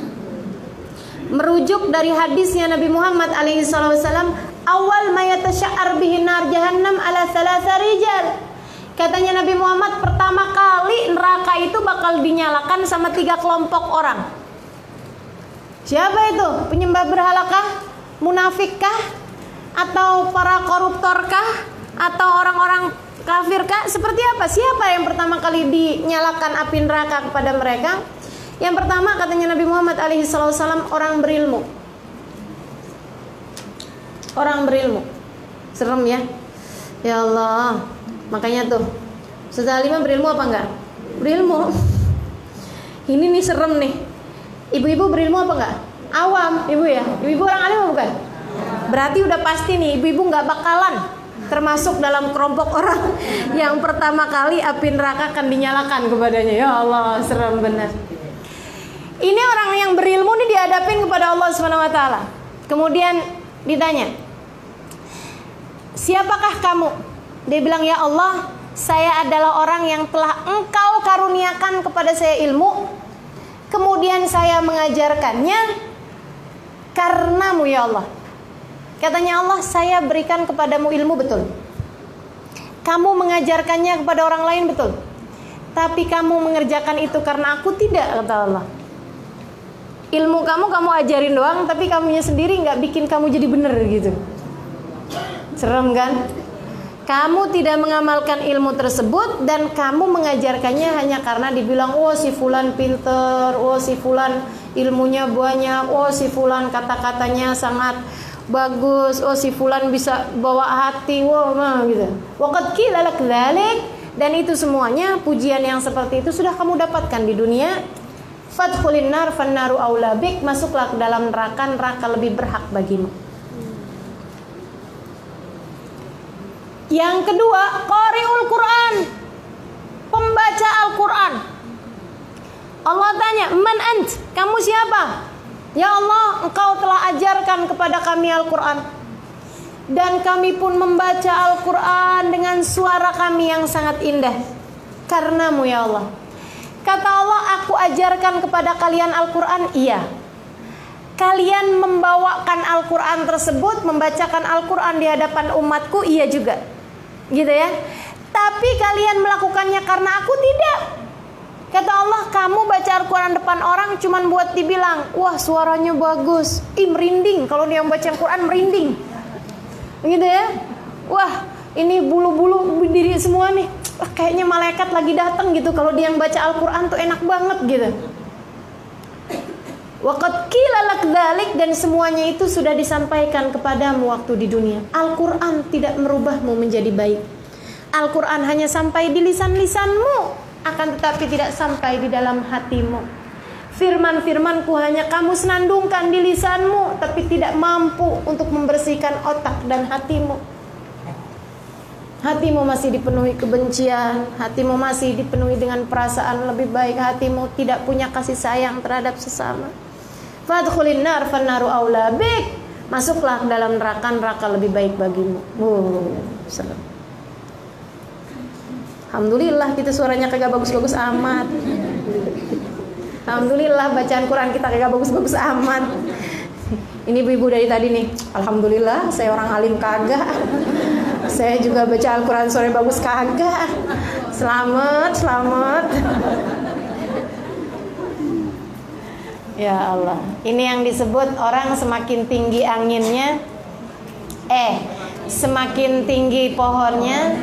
Merujuk dari hadisnya Nabi Muhammad alaihi wasallam, awal ma yatasya'ar bihi nar jahannam ala thalatha rijal. Katanya Nabi Muhammad, pertama kali neraka itu bakal dinyalakan sama tiga kelompok orang. Siapa itu? Penyembah berhalakah? Munafikkah? Atau para koruptorkah? Atau orang-orang kafirkah? Seperti apa? Siapa yang pertama kali dinyalakan api neraka kepada mereka? Yang pertama katanya Nabi Muhammad alaihi wasallam, orang berilmu. Orang berilmu. Serem ya. Ya Allah. Makanya tuh, Ustaz Halimah berilmu apa enggak? Berilmu. Ini nih serem nih. Ibu-ibu berilmu apa enggak? Awam, ibu ya? Ibu orang alim bukan? Berarti udah pasti nih, ibu-ibu nggak bakalan termasuk dalam kelompok orang yang pertama kali api neraka akan dinyalakan kepadanya. Ya Allah, serem benar. Ini orang yang berilmu nih dihadapin kepada Allah Subhanahu Wa Taala. Kemudian ditanya, siapakah kamu? Dia bilang, ya Allah, saya adalah orang yang telah Engkau karuniakan kepada saya ilmu, kemudian saya mengajarkannya karenamu ya Allah. Katanya Allah, saya berikan kepadamu ilmu, betul. Kamu mengajarkannya kepada orang lain, betul. Tapi kamu mengerjakan itu karena aku, tidak, kata Allah. Ilmu kamu kamu ajarin doang, tapi kamunya sendiri nggak bikin kamu jadi bener gitu. Serem kan? Kamu tidak mengamalkan ilmu tersebut dan kamu mengajarkannya hanya karena dibilang, oh si fulan pinter, oh si fulan ilmunya banyak, oh si fulan kata-katanya sangat bagus, oh si fulan bisa bawa hati, wow, nah, gitu. Waqad qila lak dzalik, dan itu semuanya pujian yang seperti itu sudah kamu dapatkan di dunia. Fadkhulin nar fannaru aula bik, masuklah ke dalam neraka, neraka lebih berhak bagimu. Yang kedua, qari'ul Quran, pembaca Al-Quran. Allah tanya, man ant, kamu siapa? Ya Allah, Engkau telah ajarkan kepada kami Al-Quran, dan kami pun membaca Al-Quran dengan suara kami yang sangat indah karenamu ya Allah. Kata Allah, aku ajarkan kepada kalian Al-Quran, iya. Kalian membawakan Al-Quran tersebut, membacakan Al-Quran di hadapan umatku, iya juga, gitu ya. Tapi kalian melakukannya karena aku, tidak. Kata Allah, kamu baca Al-Quran depan orang cuman buat dibilang, wah suaranya bagus, ih merinding. Kalau dia baca Al-Quran merinding, gitu ya. Wah ini bulu-bulu berdiri semua nih, wah, kayaknya malaikat lagi datang gitu. Kalau dia yang baca Al-Quran tuh enak banget gitu. Waqad qila lak dzalik, dan semuanya itu sudah disampaikan kepadamu waktu di dunia. Al-Quran tidak merubahmu menjadi baik. Al-Quran hanya sampai di lisan-lisanmu, akan tetapi tidak sampai di dalam hatimu. Firman-firmanku hanya kamu senandungkan di lisanmu, tapi tidak mampu untuk membersihkan otak dan hatimu. Hatimu masih dipenuhi kebencian, hatimu masih dipenuhi dengan perasaan lebih baik, hatimu tidak punya kasih sayang terhadap sesama. Fadkhulin nar fannaru aula bik, masuklah ke dalam neraka, neraka lebih baik bagimu. Oh, serem. Alhamdulillah kita suaranya kagak bagus-bagus amat. Alhamdulillah bacaan Quran kita kagak bagus-bagus amat. Ini ibu-ibu dari tadi nih, alhamdulillah saya orang alim kagak. Saya juga baca Al-Quran suaranya bagus kagak. Selamat, selamat. Ya Allah, ini yang disebut orang semakin tinggi anginnya, eh semakin tinggi pohonnya,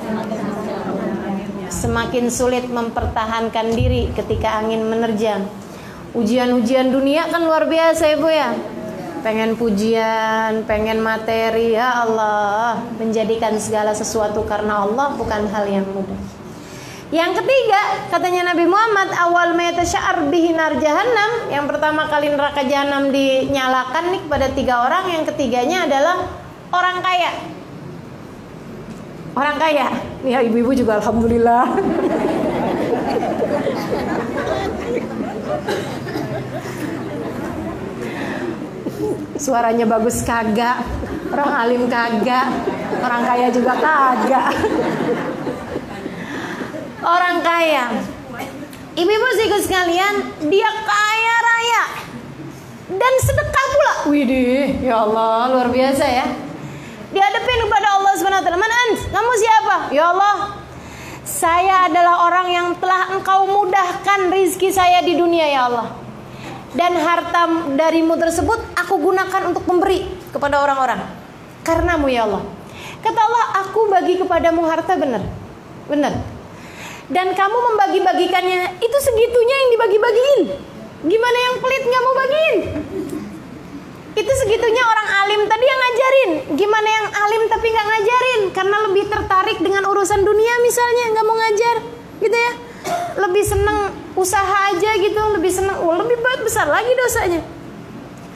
semakin sulit mempertahankan diri ketika angin menerjang. Ujian-ujian dunia kan luar biasa ibu ya. Pengen pujian, pengen materi, ya Allah. Menjadikan segala sesuatu karena Allah bukan hal yang mudah. Yang ketiga, katanya Nabi Muhammad, awal matasya'ar bihi nar jahannam. Yang pertama kali neraka jahanam dinyalakan nih kepada tiga orang. Yang ketiganya adalah orang kaya. Orang kaya. Nih ya, ibu-ibu juga alhamdulillah. Suaranya bagus kagak, orang alim kagak, orang kaya juga kagak. Orang kaya, ibu-ibu sikut sekalian, dia kaya raya dan sedekah pula. Widih, ya Allah, luar biasa ya. Dihadapin kepada Allah subhanahu wa taala, "Man ant? Kamu siapa?" "Ya Allah, saya adalah orang yang telah Engkau mudahkan rizki saya di dunia ya Allah. Dan harta darimu tersebut aku gunakan untuk memberi kepada orang-orang karenamu ya Allah." Kata Allah, aku bagi kepadamu harta, benar, benar. Dan kamu membagi-bagikannya, itu segitunya yang dibagi-bagiin. Gimana yang pelit gak mau bagiin? Itu segitunya orang alim tadi yang ngajarin. Gimana yang alim tapi gak ngajarin? Karena lebih tertarik dengan urusan dunia misalnya, gak mau ngajar, gitu ya. Lebih seneng usaha aja gitu, lebih seneng, oh lebih besar lagi dosanya.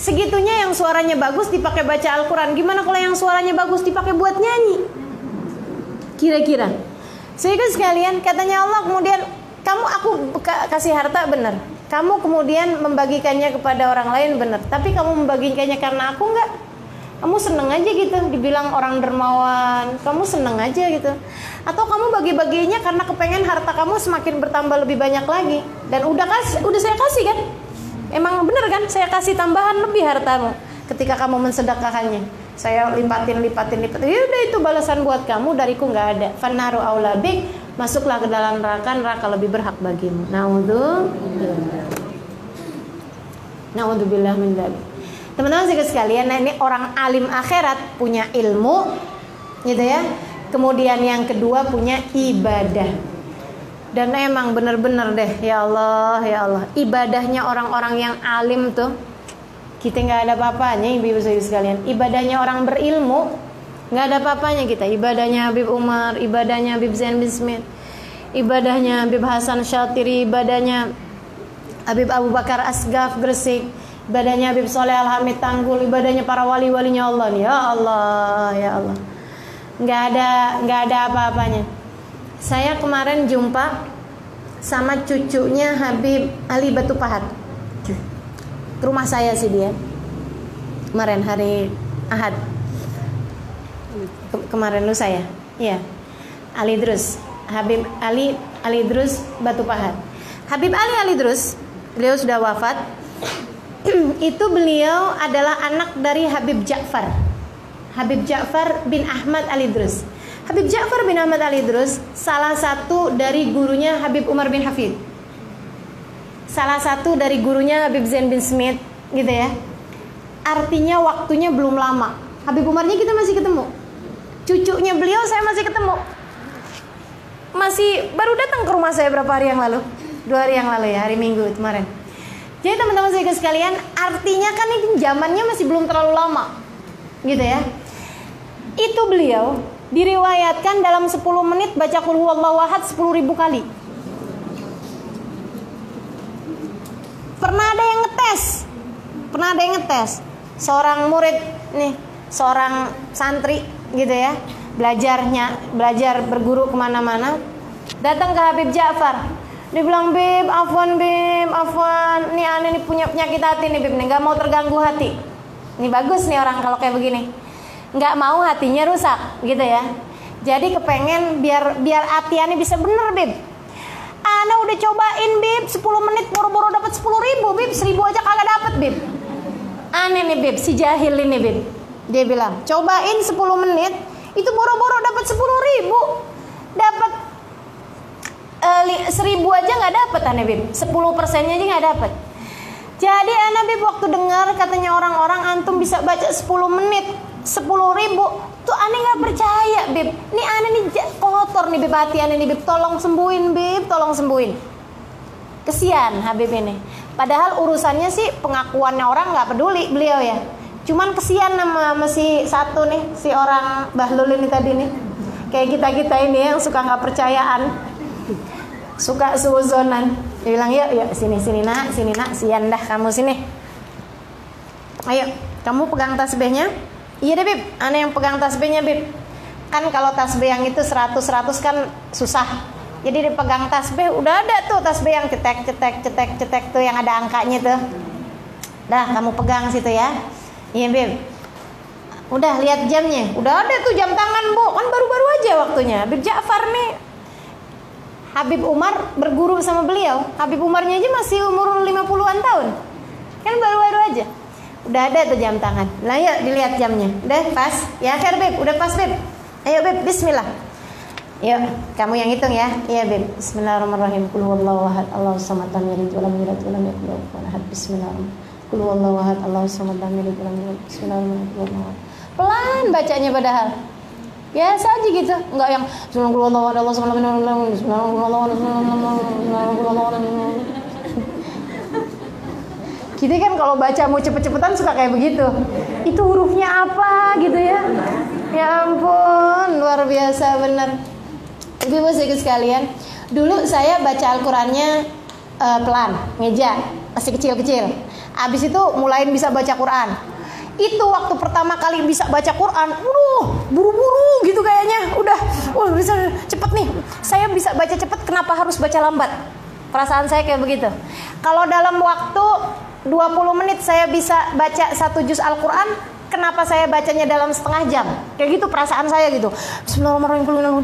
Segitunya yang suaranya bagus dipakai baca Al-Quran. Gimana kalau yang suaranya bagus dipakai buat nyanyi? Kira-kira. Sehingga sekalian, katanya Allah kemudian, kamu aku kasih harta benar, kamu kemudian membagikannya kepada orang lain benar, tapi kamu membagikannya karena aku enggak. Kamu seneng aja gitu dibilang orang dermawan, kamu seneng aja gitu. Atau kamu bagi-baginya karena kepengen harta kamu semakin bertambah lebih banyak lagi. Dan udah kasih, udah saya kasih kan? Emang bener kan? Saya kasih tambahan lebih hartamu ketika kamu mensedekahkannya. Saya lipatin, lipatin, lipatin. Ya udah, itu balasan buat kamu, dariku nggak ada. Fannaru aula bik, masuklah ke dalam neraka, neraka lebih berhak bagimu. Naudzubillah. Naudzubillah min dzalik. Teman-teman sekalian, nah ini orang alim akhirat, punya ilmu, gitu ya. Kemudian yang kedua punya ibadah. Dan emang bener-bener deh, ya Allah, ya Allah, ibadahnya orang-orang yang alim tuh, kita nggak ada apa-apanya, ibu-ibu sekalian. Ibadahnya orang berilmu, nggak ada apa-apanya kita. Ibadahnya Habib Umar, ibadahnya Habib Zain bin Smith, ibadahnya Habib Hasan Syatiri, ibadahnya Habib Abu Bakar Asgaf Gresik, ibadahnya Habib Soleh Al-Hamid Tanggul, ibadahnya para wali-walinya Allah. Ya Allah, ya Allah, nggak ada, nggak ada apa-apanya. Saya kemarin jumpa sama cucunya Habib Ali Batu Pahat. Ke rumah saya sih dia. Kemarin hari Ahad. Ke- kemarin lu saya. Iya. Ali Drus. Habib Ali Ali Drus Batu Pahat. Habib Ali Ali Drus, beliau sudah wafat. Itu beliau adalah anak dari Habib Ja'far. Habib Ja'far bin Ahmad Ali Drus. Habib Ja'far bin Ahmad Ali Drus salah satu dari gurunya Habib Umar bin Hafid. Salah satu dari gurunya Habib Zain bin Smith, gitu ya. Artinya waktunya belum lama. Habib Umarnya kita masih ketemu. Cucunya beliau saya masih ketemu. Masih baru datang ke rumah saya berapa hari yang lalu? Dua hari yang lalu ya, hari Minggu kemarin. Jadi teman-teman saya sekalian, artinya kan ini zamannya masih belum terlalu lama, gitu ya. Itu beliau diriwayatkan dalam sepuluh menit baca qul huwallahu ahad sepuluh ribu kali. Pernah ada yang ngetes, pernah ada yang ngetes. Seorang murid nih, seorang santri gitu ya, belajarnya, belajar berguru kemana-mana, datang ke Habib Ja'far. Dia bilang, Bib, afwan Bib, afwan, nih aneh nih punya penyakit hati nih Bib, nih nggak mau terganggu hati. Ini bagus nih orang kalau kayak begini, nggak mau hatinya rusak, gitu ya. Jadi kepengen biar biar hati aneh bisa bener Bib. Ana udah cobain Bib, sepuluh menit boro-boro dapat sepuluh ribu Bib, seribu aja kagak dapat Bib. Aneh nih Bib, si jahil ini Bib. Dia bilang, cobain sepuluh menit, itu boro-boro dapat sepuluh ribu. Dapat uh, seribu aja gak dapat aneh Bib, sepuluh persennya aja gak dapat. Jadi aneh Bib waktu dengar katanya orang-orang antum bisa baca sepuluh menit, sepuluh ribu, tuh aneh gak percaya Bib. Ini aneh nih kotor nih Bib, hati aneh nih Bib. Tolong sembuhin Bib, tolong sembuhin. Kesian Habib ini. Padahal urusannya sih pengakuannya orang gak peduli beliau ya. Cuman kesian sama, sama si satu nih, si orang Bahlul ini tadi nih. Kayak kita-kita ini yang suka gak percayaan, suka suuzonan. Dia bilang, yuk, yuk, sini, sini nak, sini nak, sian dah kamu sini. Ayo, kamu pegang tasbihnya. Iya deh Bib, aneh yang pegang tasbihnya Bib. Kan kalau tasbih yang itu seratus-seratus kan susah. Jadi dipegang tasbih, udah ada tuh tasbih yang cetek, cetek, cetek, cetek tuh yang ada angkanya tuh. Dah, kamu pegang situ ya. Iya Bib. Udah lihat jamnya, udah ada tuh jam tangan Bu. Kan baru-baru aja waktunya. Habib Ja'far nih, Habib Umar berguru sama beliau. Habib Umarnya aja masih umur lima puluhan tahun. Kan baru-baru aja. Udah ada tuh jam tangan. Nah yuk dilihat jamnya. Udah pas. Ya akhir Bib, udah pas Bib. Ayo Bib, bismillah. Yuk, kamu yang hitung ya. Iya Bib. Bismillahirrahmanirrahim. Qul huwallahu ahad, Allahus samad, lam yalid walam yulad walam yakul lahu kufuwan ahad. Bismillahirrahmanirrahim. Qul huwallahu ahad, Allahus samad, lam yalid walam yulad. Bismillahirrahmanirrahim. Pelan bacanya padahal. Biasa aja gitu. Enggak yang Bismillahirrahmanirrahim, Allahus samad, lam yalid walam yulad. Bismillahirrahmanirrahim. Kita kan kalau baca mau cepet-cepetan suka kayak begitu. Itu hurufnya apa gitu ya. Ya ampun, luar biasa bener. Ibu-ibu sekalian, dulu saya baca Al-Qur'annya uh, pelan, ngeja. masih kecil-kecil. Abis itu mulain bisa baca Quran. Itu waktu pertama kali bisa baca Quran, waduh, buru-buru gitu kayaknya. Udah, wah bisa cepet nih. Saya bisa baca cepet, kenapa harus baca lambat? Perasaan saya kayak begitu. Kalau dalam waktu dua puluh menit saya bisa baca satu juz Al-Quran, kenapa saya bacanya dalam setengah jam? Kayak gitu perasaan saya gitu. Bismillahirrahmanirrahim.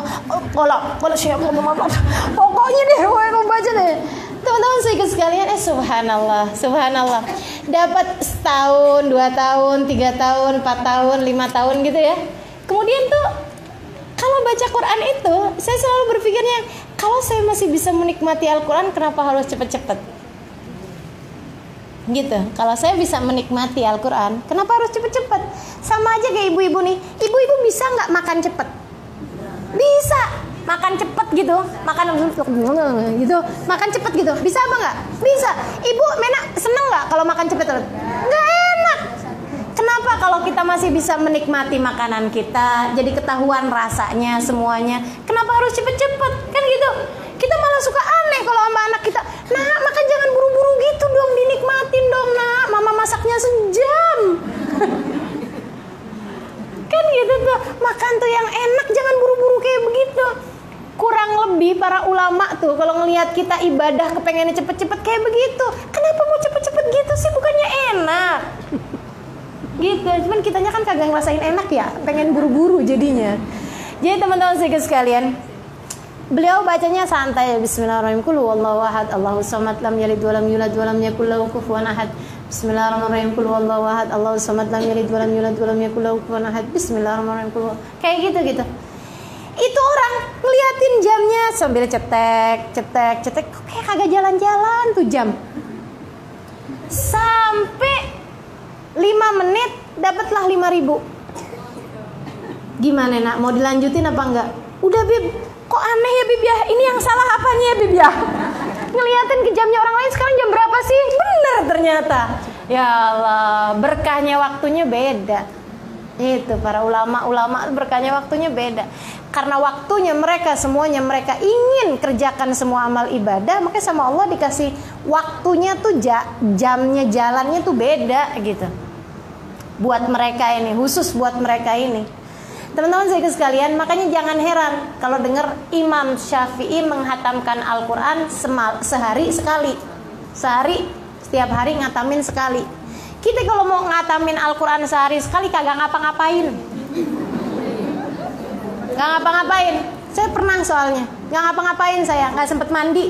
Pokoknya deh, mau baca deh. Teman-teman saya sekalian, eh subhanallah, subhanallah. Dapat setahun, dua tahun, tiga tahun, empat tahun, lima tahun gitu ya. Kemudian tuh kalau baca Quran itu, saya selalu berpikirnya, kalau saya masih bisa menikmati Al-Quran, kenapa harus cepet-cepet? Gitu. Kalau saya bisa menikmati Al-Quran, kenapa harus cepet-cepet? Sama aja kayak ibu-ibu nih. Ibu-ibu bisa nggak makan cepet? Bisa. Makan cepet gitu, makan gitu, makan cepet gitu, bisa apa nggak? Bisa. Ibu Mena seneng nggak kalau makan cepet? Nggak enak. Kenapa kalau kita masih bisa menikmati makanan kita, jadi ketahuan rasanya semuanya? Kenapa harus cepet-cepet? Kan gitu. Kita malah suka aneh kalau sama anak kita. Nah, makan jangan buru-buru gitu dong, dinikmatin dong nak. Mama masaknya sejam. Kan gitu tuh, makan tuh yang enak, jangan buru-buru kayak begitu. Kurang lebih para ulama tuh kalau ngelihat kita ibadah kepengennya cepet-cepet kayak begitu. Kenapa mau cepet-cepet gitu sih? Bukannya enak. Gitu, cuman kitanya kan kagak ngerasain enak ya, pengen buru-buru jadinya. Jadi teman-teman sekalian, beliau bacanya santai. Bismillahirrahmanirrahim. Qul huwallahu ahad, Allahus samad, lam yalid wa lam yulad wa lam yakul lahu kufuwan ahad. Bismillahirrahmanirrahim. Qul huwallahu ahad, Allahus samad, lam yalid wa lam yulad wa lam yakul lahu kufuwan ahad. Bismillahirrahmanirrahim. Kayak gitu-gitu. Itu orang ngeliatin jamnya sambil cetek, cetek, cetek, kok kayak kagak jalan-jalan tuh jam. Sampai lima menit dapatlah lima ribu. Gimana nak, mau dilanjutin apa enggak? Udah Bib, kok aneh ya Bib ya? Ini yang salah apanya ya Bib ya? Ngeliatin ke jamnya orang lain, sekarang jam berapa sih? Bener ternyata. Ya Allah, berkahnya waktunya beda. Itu para ulama-ulama berkahnya waktunya beda. Karena waktunya mereka semuanya mereka ingin kerjakan semua amal ibadah, makanya sama Allah dikasih waktunya tuh jamnya jalannya tuh beda gitu. Buat mereka ini, khusus buat mereka ini. Teman-teman saya sekalian, makanya jangan heran kalau dengar Imam Syafi'i menghatamkan Al-Quran sehari sekali. Sehari, setiap hari ngatamin sekali. Kita kalau mau ngatamin Al-Quran sehari sekali kagak ngapa-ngapain. Gak ngapa-ngapain. Saya pernah soalnya gak ngapa-ngapain, saya gak sempet mandi,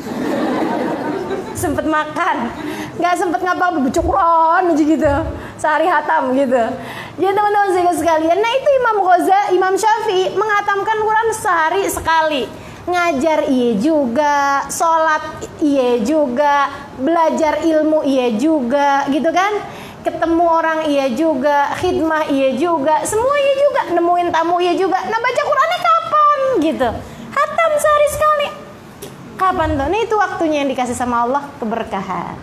sempet makan, gak sempet ngapa baca Quran aja gitu, sehari hatam gitu. Jadi teman-teman saya sekalian, nah itu Imam Ghazali, Imam Syafi'i menghatamkan Quran sehari sekali. Ngajar iya juga, sholat iya juga, belajar ilmu iya juga gitu kan. Ketemu orang iya juga, khidmah iya juga, semua iya juga, nemuin tamu iya juga. Nah baca Qurannya kapan gitu? Hatam sehari sekali. Kapan tuh? Nah itu waktunya yang dikasih sama Allah, keberkahan.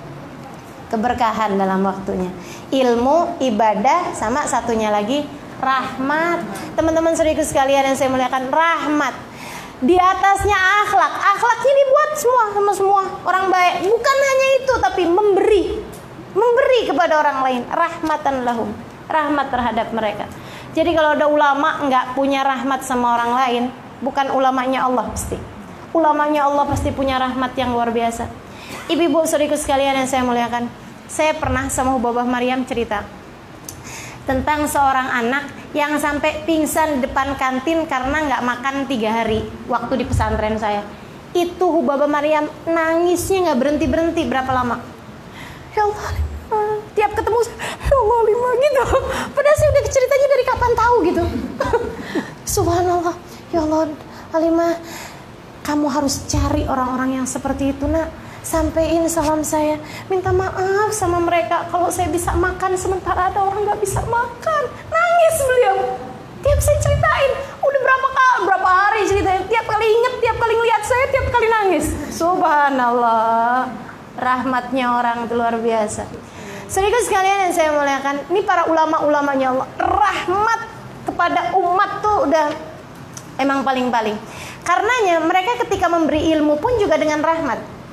Keberkahan dalam waktunya. Ilmu, ibadah, sama satunya lagi rahmat. Teman-teman saudaraku sekalian yang saya muliakan, rahmat. Di atasnya akhlak. Akhlaknya dibuat semua sama semua orang baik. Bukan hanya itu, tapi memberi. Memberi kepada orang lain, rahmatan lahum, rahmat terhadap mereka. Jadi kalau ada ulama nggak punya rahmat sama orang lain, bukan ulamanya Allah pasti. Ulamanya Allah pasti punya rahmat yang luar biasa. Ibu-ibu saudaraku sekalian yang saya muliakan, saya pernah sama Hubabah Maryam cerita tentang seorang anak yang sampai pingsan di depan kantin karena nggak makan tiga hari waktu di pesantren saya. Itu Hubabah Maryam nangisnya nggak berhenti berhenti berapa lama? Ya Allah, tiap ketemu ya Allah lima gitu. Padahal saya udah ceritanya dari kapan tahu gitu. Subhanallah, ya Allah Halimah, kamu harus cari orang-orang yang seperti itu nak. Sampaiin salam saya, minta maaf sama mereka kalau saya bisa makan sementara ada orang nggak bisa makan. Nangis beliau. Tiap saya ceritain, udah berapa kali, berapa hari ceritain. Tiap kali inget, tiap kali ngeliat saya, tiap kali nangis. Subhanallah. Rahmatnya orang itu luar biasa. Saudara sekalian yang saya muliakan, ini para ulama-ulamanya Allah, rahmat kepada umat tuh udah emang paling-paling. Karenanya mereka ketika memberi ilmu pun juga dengan rahmat.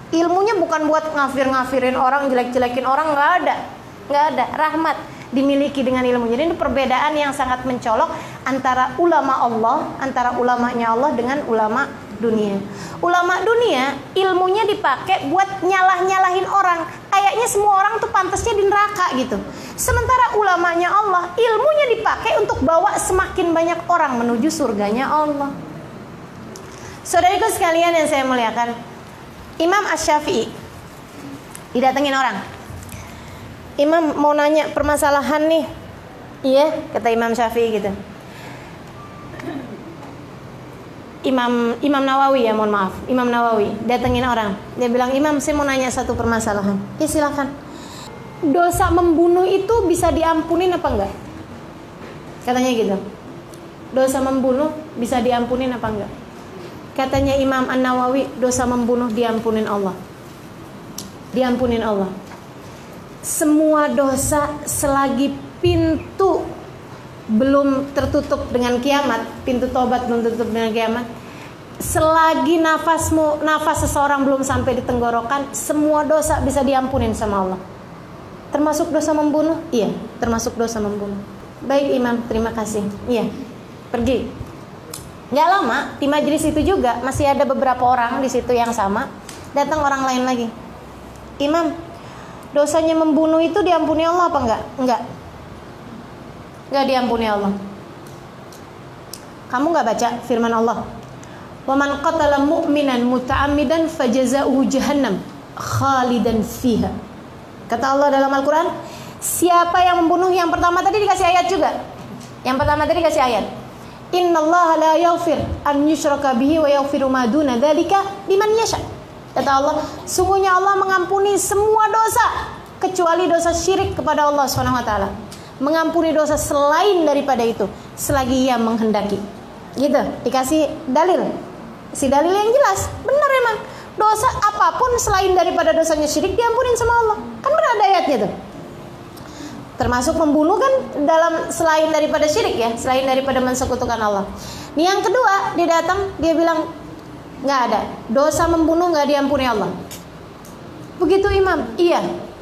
Ilmunya bukan buat ngafir-ngafirin orang, jelek-jelekin orang, nggak ada, nggak ada. Rahmat dimiliki dengan ilmu. Jadi ini perbedaan yang sangat mencolok antara ulama Allah, antara ulamanya Allah dengan ulama dunia. Ulama dunia ilmunya dipakai buat nyalah-nyalahin orang. Kayaknya semua orang tuh pantasnya di neraka gitu. Sementara ulamanya Allah ilmunya dipakai untuk bawa semakin banyak orang menuju surganya Allah. Saudariku sekalian yang saya muliakan, Imam Asy-Syafi'i didatengin orang. Imam mau nanya permasalahan nih. Iya, kata Imam Syafi'i gitu. Imam Imam Nawawi ya, mohon maaf. Imam Nawawi datengin orang. Dia bilang, "Imam, saya mau nanya satu permasalahan." Ya silakan. Dosa membunuh itu bisa diampunin apa enggak? Katanya gitu. Dosa membunuh bisa diampunin apa enggak? Katanya Imam An-Nawawi, dosa membunuh diampunin Allah. Diampunin Allah. Semua dosa selagi pintu belum tertutup dengan kiamat, pintu tobat belum tertutup dengan kiamat, selagi nafasmu, nafas seseorang belum sampai di tenggorokan, semua dosa bisa diampunin sama Allah. Termasuk dosa membunuh? Iya, termasuk dosa membunuh. Baik Imam, terima kasih. Iya, pergi. Gak lama di majelis itu juga masih ada beberapa orang di situ yang sama. Datang orang lain lagi. Imam, dosanya membunuh itu diampuni Allah apa enggak? Enggak. Enggak diampuni Allah. Kamu enggak baca firman Allah? Wa man qatala mu'minan muta'ammidan fajaza'uhu jahannam khalidan fiha. Kata Allah dalam Al-Qur'an, siapa yang membunuh, yang pertama tadi dikasih ayat juga. Yang pertama tadi dikasih ayat. Innallaha la yaghfir an yushraka bihi wa yaghfiru ma duna dzalika liman yasha. Kata Allah, sungguhnya Allah mengampuni semua dosa kecuali dosa syirik kepada Allah subhanahu wa taala. Mengampuni dosa selain daripada itu selagi Ia menghendaki. Gitu, dikasih dalil. Si dalil yang jelas, benar emang. Dosa apapun selain daripada dosanya syirik diampunin sama Allah. Kan benar ada ayatnya tuh. Termasuk membunuh kan dalam selain daripada syirik ya, selain daripada mensekutukan Allah. Nih yang kedua, dia datang, dia bilang nggak ada, dosa membunuh nggak diampuni Allah. Begitu Imam, iya.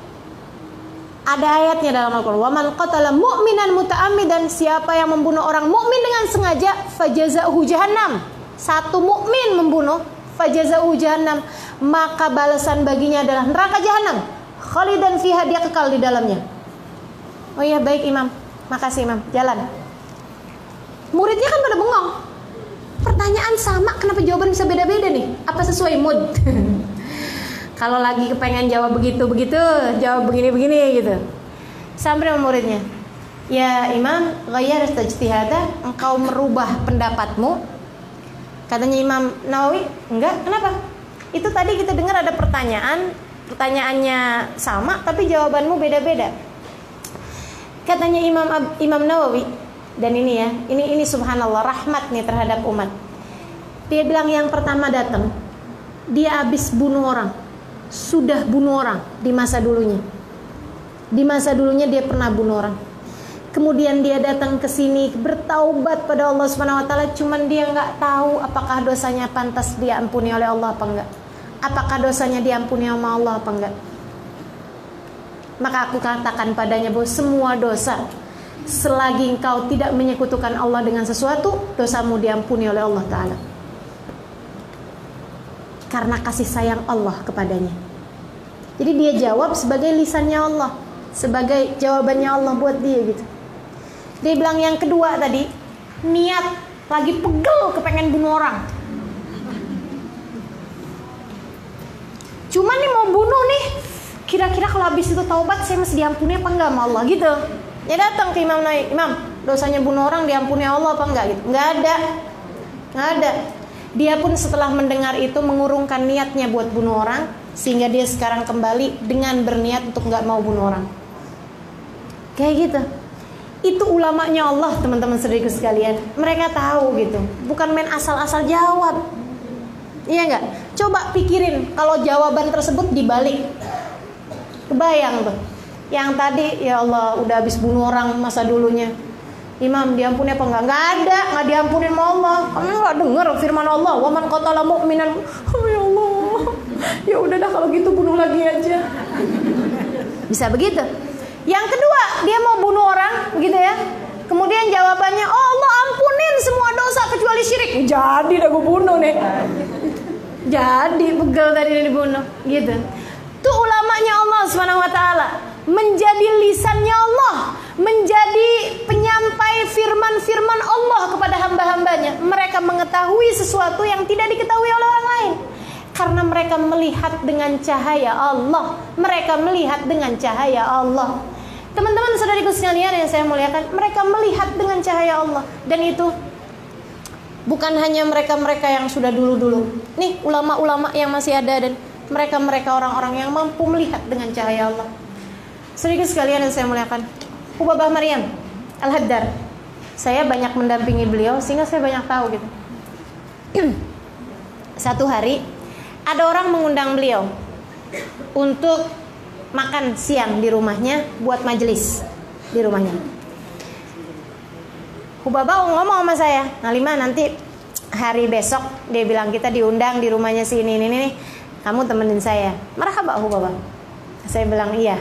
Ada ayatnya dalam Al-Qur'an. Wa man qatala mu'minan muta'ammidan, siapa yang membunuh orang mukmin dengan sengaja, fajaza'uhu jahannam. Satu mukmin membunuh, fajaza'uhu jahannam, maka balasan baginya adalah neraka jahanam. Khalidan fiha, dia kekal di dalamnya. Oh iya baik Imam, makasih Imam, jalan. Muridnya kan pada bengong. Pertanyaan sama, kenapa jawaban bisa beda-beda nih? Apa sesuai mood? Kalau lagi kepengen jawab begitu-begitu, jawab begini-begini gitu. Sampai sama muridnya, ya Imam, ghayyar ijtihada, engkau merubah pendapatmu. Katanya Imam Nawawi, enggak, kenapa? Itu tadi kita dengar ada pertanyaan, pertanyaannya sama, tapi jawabanmu beda-beda. Katanya Imam Imam Nawawi, dan ini ya, ini ini subhanallah rahmat nih terhadap umat. Dia bilang yang pertama datang, dia habis bunuh orang, sudah bunuh orang di masa dulunya. Di masa dulunya dia pernah bunuh orang. Kemudian dia datang ke sini bertaubat pada Allah Subhanahu wa taala, cuman dia nggak tahu apakah dosanya pantas diampuni oleh Allah apa enggak. Apakah dosanya diampuni sama Allah apa enggak? Maka aku katakan padanya bahwa semua dosa selagi engkau tidak menyekutukan Allah dengan sesuatu, dosamu diampuni oleh Allah Ta'ala. Karena kasih sayang Allah kepadanya. Jadi dia jawab sebagai lisannya Allah, sebagai jawabannya Allah buat dia gitu. Dia bilang yang kedua tadi, niat lagi pegel kepengen bunuh orang. Cuman nih mau bunuh nih, kira-kira kalau habis itu taubat saya masih diampuni apa enggak sama Allah gitu. Ya datang ke Imam Nawawi, Imam, dosanya bunuh orang diampuni Allah apa enggak gitu. Enggak ada. Enggak ada. Dia pun setelah mendengar itu mengurungkan niatnya buat bunuh orang, sehingga dia sekarang kembali dengan berniat untuk enggak mau bunuh orang. Kayak gitu. Itu ulamanya Allah, teman-teman saudaraku sekalian. Mereka tahu gitu. Bukan main asal-asal jawab. Iya enggak? Coba pikirin kalau jawaban tersebut dibalik. Kebayang tuh, yang tadi ya Allah udah habis bunuh orang masa dulunya, Imam diampuni apa enggak? Enggak ada, enggak diampunin sama Allah. Kamu enggak dengar firman Allah, wa man qatala mu'minan, oh ya Allah, Ya udah dah kalau gitu bunuh lagi aja. Bisa begitu. Yang kedua, dia mau bunuh orang gitu ya. Kemudian jawabannya, oh Allah ampunin semua dosa kecuali syirik. Jadi dah gue bunuh nih. Jadi pegel tadi dibunuh gitu. Tuh ulamanya Allah subhanahu wa ta'ala, menjadi lisannya Allah, menjadi penyampai firman-firman Allah kepada hamba-hambanya. Mereka mengetahui sesuatu yang tidak diketahui oleh orang lain, karena mereka melihat dengan cahaya Allah. Mereka melihat dengan cahaya Allah. Teman-teman saudariku sekalian yang saya muliakan, mereka melihat dengan cahaya Allah. Dan itu bukan hanya mereka-mereka yang sudah dulu-dulu. Nih ulama-ulama yang masih ada, dan mereka-mereka orang-orang yang mampu melihat dengan cahaya Allah. Saudariku sekalian yang saya muliakan, Hubabah Maryam Al-Haddar, saya banyak mendampingi beliau sehingga saya banyak tahu gitu. Satu hari ada orang mengundang beliau untuk makan siang di rumahnya, buat majelis di rumahnya. Hubabah ngomong sama saya, Halimah nanti hari besok, dia bilang kita diundang di rumahnya si ini ini nih, kamu temenin saya. Marhaba Hubabah. Saya bilang iya.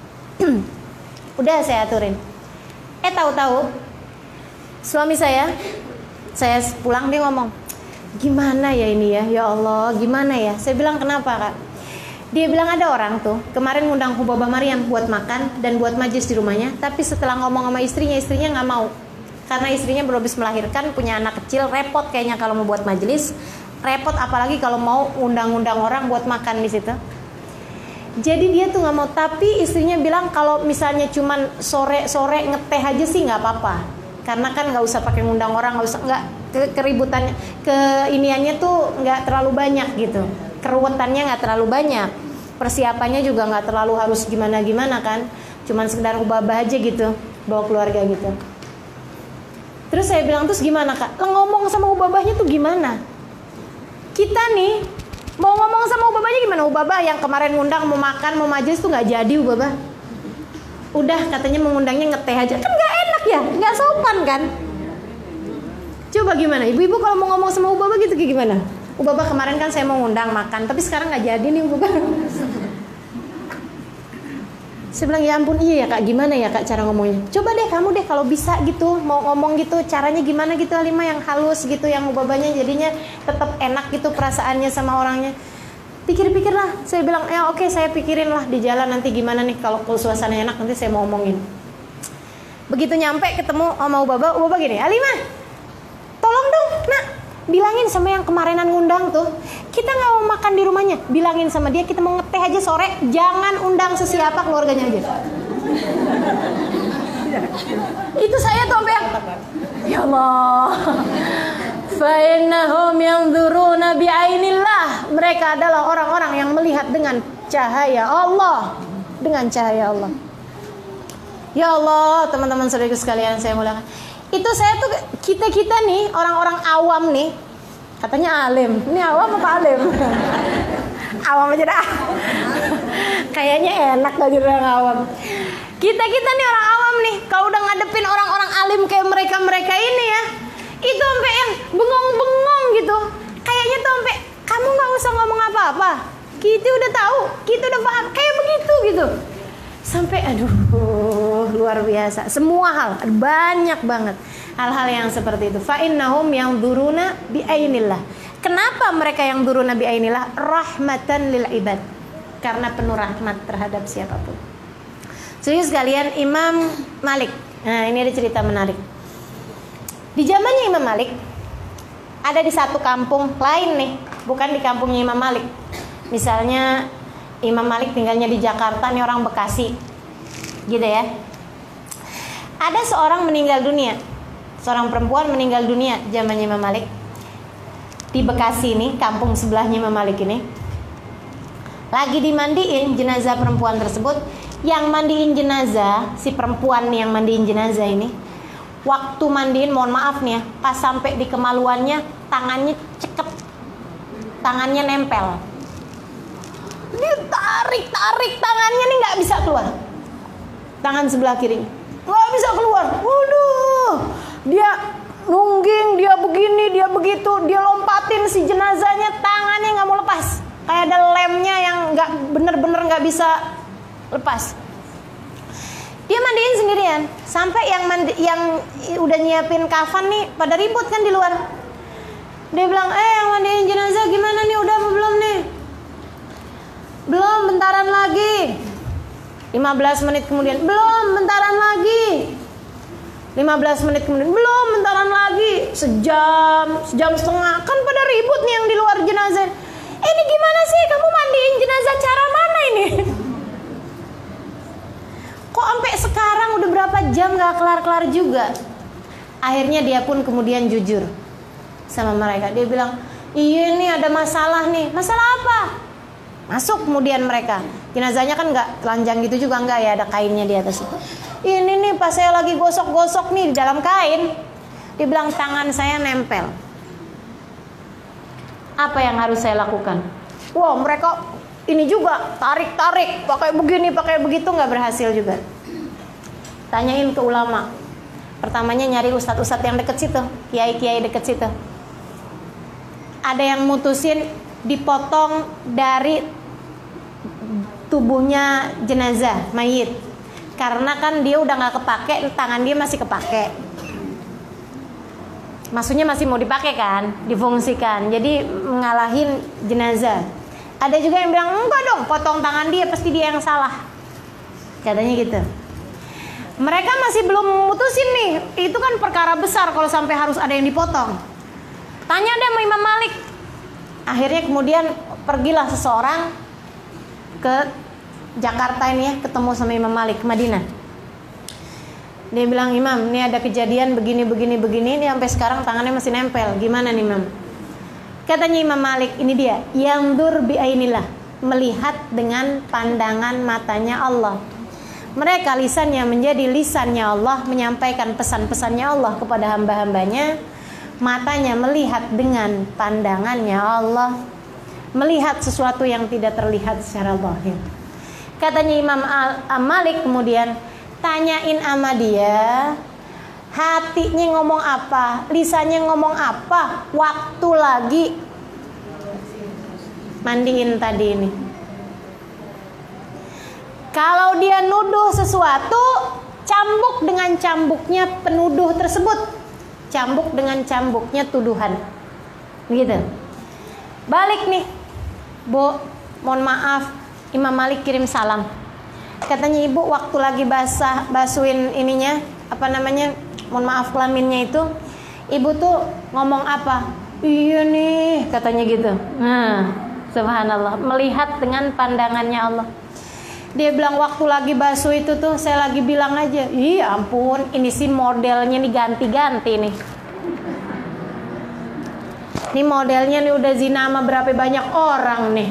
Udah saya aturin. Eh tahu-tahu suami saya, saya pulang dia ngomong, gimana ya ini ya, ya Allah gimana ya. Saya bilang kenapa kak? Dia bilang ada orang tuh kemarin ngundang Hubabah Maryam buat makan dan buat majlis di rumahnya, tapi setelah ngomong sama istrinya, istrinya nggak mau. Karena istrinya baru habis melahirkan, punya anak kecil, repot kayaknya kalau mau buat majelis, repot apalagi kalau mau undang-undang orang buat makan di situ. Jadi dia tuh nggak mau, tapi istrinya bilang kalau misalnya cuman sore-sore ngeteh aja sih nggak apa-apa, karena kan nggak usah pakai ngundang orang, nggak usah, nggak ke, keributannya, keiniannya tuh nggak terlalu banyak gitu, keruwetannya nggak terlalu banyak, persiapannya juga nggak terlalu harus gimana-gimana kan, cuman sekedar Hubabah aja gitu, bawa keluarga gitu. Terus saya bilang, terus gimana kak? Lah ngomong sama Hubabahnya tuh gimana? Kita nih mau ngomong sama Hubabahnya gimana? Hubabah yang kemarin ngundang mau makan, mau majelis tuh nggak jadi Hubabah. Udah katanya mengundangnya ngeteh aja, kan nggak enak ya, nggak sopan kan? Coba gimana? Ibu-ibu kalau mau ngomong sama Hubabah gitu gimana? Hubabah kemarin kan saya mau ngundang makan, tapi sekarang nggak jadi nih Hubabah. Saya bilang ya ampun iya ya kak, gimana ya kak cara ngomongnya? Coba deh kamu deh kalau bisa gitu mau ngomong gitu, caranya gimana gitu Halimah yang halus gitu, yang Hubabahnya jadinya tetap enak gitu perasaannya sama orangnya. Pikir-pikir lah, saya bilang ya oke saya pikirin lah di jalan nanti gimana nih kalau suasananya enak nanti saya mau ngomongin. Begitu nyampe ketemu sama Hubabah, Hubabah gini, Halimah tolong dong nak bilangin sama yang kemarinan ngundang tuh, kita nggak mau makan di rumahnya, bilangin sama dia kita mau ngeteh aja sore, jangan undang sesiapa, keluarganya aja. Itu saya tuh sampai yang ya Allah, fa innahum yanzuruna bi'ainillah, mereka adalah orang-orang yang melihat dengan cahaya Allah, dengan cahaya Allah. Ya Allah, teman-teman saudaraku sekalian saya muliakan. Itu saya tuh, kita-kita nih orang-orang awam nih, katanya alim, ini awam apa alim? Awam aja dah. Kayaknya enak lah jadi orang awam. Kita-kita nih orang awam nih, kalau udah ngadepin orang-orang alim kayak mereka-mereka ini ya, itu sampai yang bengong-bengong gitu. Kayaknya tuh sampai kamu nggak usah ngomong apa-apa, kita udah tahu, kita udah paham, kayak begitu gitu. Sampai aduh luar biasa, semua hal banyak banget hal-hal yang seperti itu. Fa innahum yanzuruna bi'ainillah. Kenapa mereka yang duruna bi'ainillah? Rahmatan lil ibad, karena penuh rahmat terhadap siapapun. Jadi sekalian Imam Malik, nah ini ada cerita menarik. Di zamannya Imam Malik ada di satu kampung lain nih, bukan di kampungnya Imam Malik. Misalnya Imam Malik tinggalnya di Jakarta, nih orang Bekasi gitu ya. Ada seorang meninggal dunia, seorang perempuan meninggal dunia zamannya Imam Malik di Bekasi nih, kampung sebelahnya Imam Malik ini. Lagi dimandiin jenazah perempuan tersebut. Yang mandiin jenazah, si perempuan nih yang mandiin jenazah ini, waktu mandiin, mohon maaf nih ya, pas sampai di kemaluannya, tangannya cekep, tangannya nempel. Dia tarik-tarik tangannya nih nggak bisa keluar, tangan sebelah kirinya nggak bisa keluar. Waduh, dia nungging, dia begini, dia begitu, dia lompatin si jenazahnya, tangannya nggak mau lepas. kayak ada lemnya yang nggak bener-bener nggak bisa lepas. Dia mandiin sendirian, sampai yang mandi, yang udah nyiapin kafan nih pada ribut kan di luar. Dia bilang, eh yang mandiin jenazah gimana nih, udah apa belum nih? Belum, bentaran lagi. lima belas menit kemudian, belum, bentaran lagi. lima belas menit kemudian, belum, bentaran lagi. Sejam, sejam setengah, kan pada ribut nih yang di luar jenazah. Eh ini gimana sih, kamu mandiin jenazah cara mana ini? Kok sampai sekarang udah berapa jam gak kelar-kelar juga? Akhirnya dia pun kemudian jujur sama mereka. Dia bilang, iya nih ada masalah nih. Masalah apa? Masuk kemudian mereka. Jenazahnya kan gak telanjang gitu juga, enggak ya, ada kainnya di atas. Ini nih pas saya lagi gosok-gosok nih di dalam kain, dia bilang tangan saya nempel. Apa yang harus saya lakukan? Wow, mereka ini juga tarik-tarik, pakai begini, pakai begitu, nggak berhasil juga. Tanyain ke ulama. Pertamanya nyari ustadz-ustadz yang deket situ, kiai-kiai deket situ. Ada yang mutusin dipotong dari tubuhnya jenazah mayit, karena kan dia udah nggak kepake, tangan dia masih kepake. Maksudnya masih mau dipakai kan, difungsikan. Jadi ngalahin jenazah. Ada juga yang bilang enggak dong, potong tangan dia, pasti dia yang salah. Katanya gitu. Mereka masih belum memutusin nih. Itu kan perkara besar kalau sampai harus ada yang dipotong. Tanya deh sama Imam Malik. Akhirnya kemudian pergilah seseorang ke Jakarta ini ya, ketemu sama Imam Malik ke Madinah. Dia bilang, Imam, ini ada kejadian begini begini begini, ini sampai sekarang tangannya masih nempel. Gimana nih, Imam? Katanya Imam Malik, ini dia, yang dur bi'ainillah, melihat dengan pandangan matanya Allah. Mereka lisannya menjadi lisannya Allah, menyampaikan pesan-pesannya Allah kepada hamba-hambanya. Matanya melihat dengan pandangannya Allah, melihat sesuatu yang tidak terlihat secara zahir. Katanya Imam Malik kemudian, tanyain sama dia, hatinya ngomong apa, lisannya ngomong apa, waktu lagi mandiin tadi ini. Kalau dia nuduh sesuatu, cambuk dengan cambuknya penuduh tersebut, cambuk dengan cambuknya tuduhan, begitu. Balik nih, Bu, mohon maaf, Imam Malik kirim salam. Katanya ibu waktu lagi basah, basuhin ininya, apa namanya, mohon maaf kelaminnya itu, ibu tuh ngomong apa? Iya nih, katanya gitu. Nah, subhanallah, melihat dengan pandangannya Allah. Dia bilang waktu lagi basuh itu tuh saya lagi bilang aja, iya ampun, ini sih modelnya nih ganti-ganti nih. Ini modelnya nih udah zina sama berapa banyak orang nih.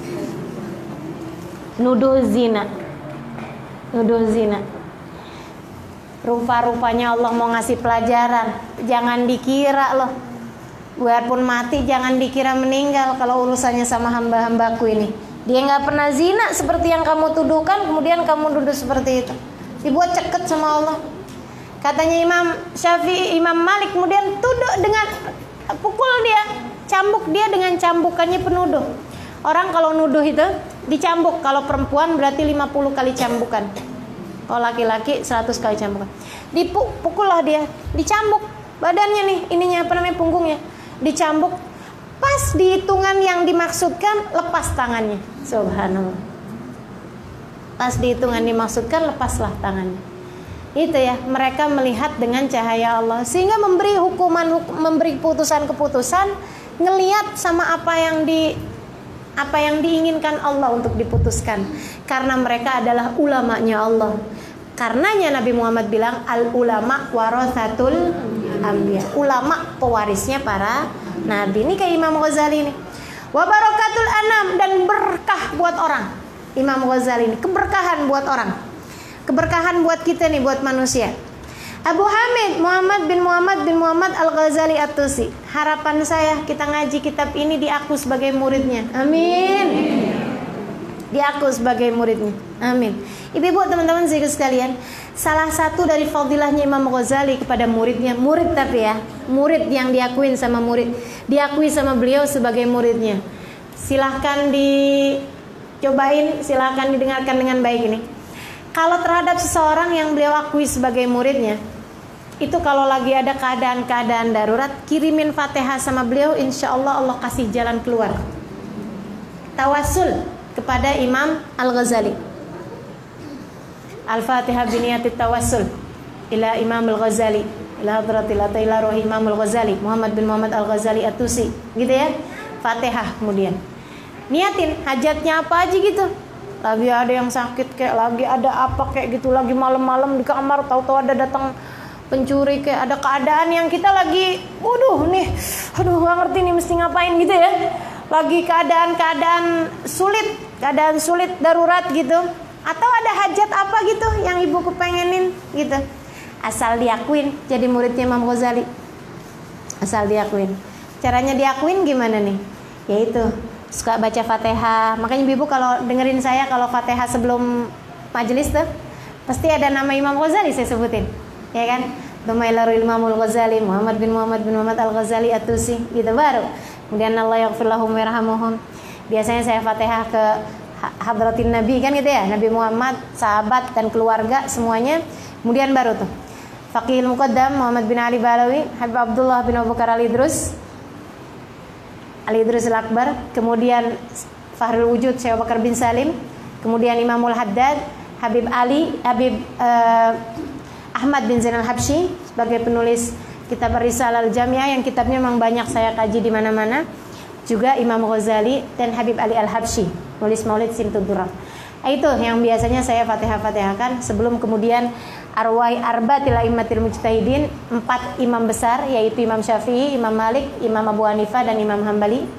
Nuduh zina. Nuduh zina. Rupa-rupanya Allah mau ngasih pelajaran. Jangan dikira loh, biarpun mati jangan dikira meninggal kalau urusannya sama hamba-hambaku ini. Dia gak pernah zina seperti yang kamu tuduhkan, kemudian kamu duduk seperti itu, dibuat ceket sama Allah. Katanya Imam Syafi'i, Imam Malik kemudian tuduh dengan pukul dia, cambuk dia dengan cambukannya penuduh. Orang kalau nuduh itu dicambuk, kalau perempuan berarti lima puluh kali cambukan, kalau laki-laki seratus kali cambukan. Dipukullah dia, dicambuk badannya nih, ininya apa namanya, punggungnya dicambuk. Pas di hitungan yang dimaksudkan, lepas tangannya. Subhanallah. Pas di hitungan dimaksudkan, lepaslah tangannya. Itu ya, mereka melihat dengan cahaya Allah, sehingga memberi hukuman, memberi keputusan-keputusan, ngelihat sama apa yang di apa yang diinginkan Allah untuk diputuskan. Karena mereka adalah ulamanya Allah. Karenanya Nabi Muhammad bilang, al ulama warathatul anbiya. Ulama pewarisnya para nabi. Ini kayak Imam Ghazali nih. Wa barakatul anam, dan berkah buat orang. Imam Ghazali ini keberkahan buat orang. Keberkahan buat kita nih, buat manusia. Abu Hamid Muhammad bin Muhammad bin Muhammad Al-Ghazali At-Tusi. Harapan saya kita ngaji kitab ini diaku sebagai muridnya. Amin. Diaku sebagai muridnya. Amin. Ibu-ibu, teman-teman sekalian, salah satu dari fadilahnya Imam Ghazali kepada muridnya, murid tapi ya, murid yang diakuin sama murid, diakui sama beliau sebagai muridnya. Silahkan dicobain, silahkan didengarkan dengan baik ini. Kalau terhadap seseorang yang beliau akui sebagai muridnya, itu kalau lagi ada keadaan-keadaan darurat, kirimin Fatihah sama beliau, insya Allah Allah kasih jalan keluar. Tawassul kepada Imam Al-Ghazali. Al-Fatihah biniyatit tawassul ila Imam Al-Ghazali, ila hadratil ila roh Imam Al-Ghazali, Muhammad bin Muhammad Al-Ghazali At-Tusi, gitu ya. Fatihah kemudian. Niatin hajatnya apa aja gitu. Lagi ada yang sakit kayak, lagi ada apa kayak gitu, lagi malam-malam di kamar tahu-tahu ada datang pencuri, kayak ada keadaan yang kita lagi, waduh nih, aduh gak ngerti nih mesti ngapain gitu ya. Lagi keadaan-keadaan sulit, keadaan sulit darurat gitu. Atau ada hajat apa gitu yang ibu kepengenin gitu. Asal diakuin jadi muridnya Imam Ghazali. Asal diakuin. Caranya diakuin gimana nih? Yaitu suka baca Fatihah. Makanya ibu kalau dengerin saya kalau Fatihah sebelum majelis tuh pasti ada nama Imam Ghazali saya sebutin. Ya kan? Dumailarul Imamul Ghazali, Muhammad bin Muhammad bin Muhammad Al-Ghazali At-Tusi, gitu baru. Kemudian Allah yaghfir lahum wa yarhamuhum. Biasanya saya Fatihah ke hadratin Nabi kan gitu ya, Nabi Muhammad, sahabat dan keluarga semuanya. Kemudian baru tuh Faqihul Muqaddam Muhammad bin Ali Balawi, Habib Abdullah bin Abu Bakar Al-Idrus, Al-Idrus Al-Akbar, kemudian Fahrul Wujud Syekh Abu Bakar bin Salim, kemudian Imamul Haddad, Habib Ali, Habib uh, Ahmad bin Zainal Habsyi sebagai penulis kitab Risalah Al-Jami'ah yang kitabnya memang banyak saya kaji di mana-mana. Juga Imam Ghazali dan Habib Ali Al-Habsyi, nulis Maulid Simtud Durrah. Itu yang biasanya saya Fatihah-Fatihahkan sebelum kemudian arwah arba'atil a'immatil mujtahidin, empat imam besar yaitu Imam Syafi'i, Imam Malik, Imam Abu Hanifah dan Imam Hambali.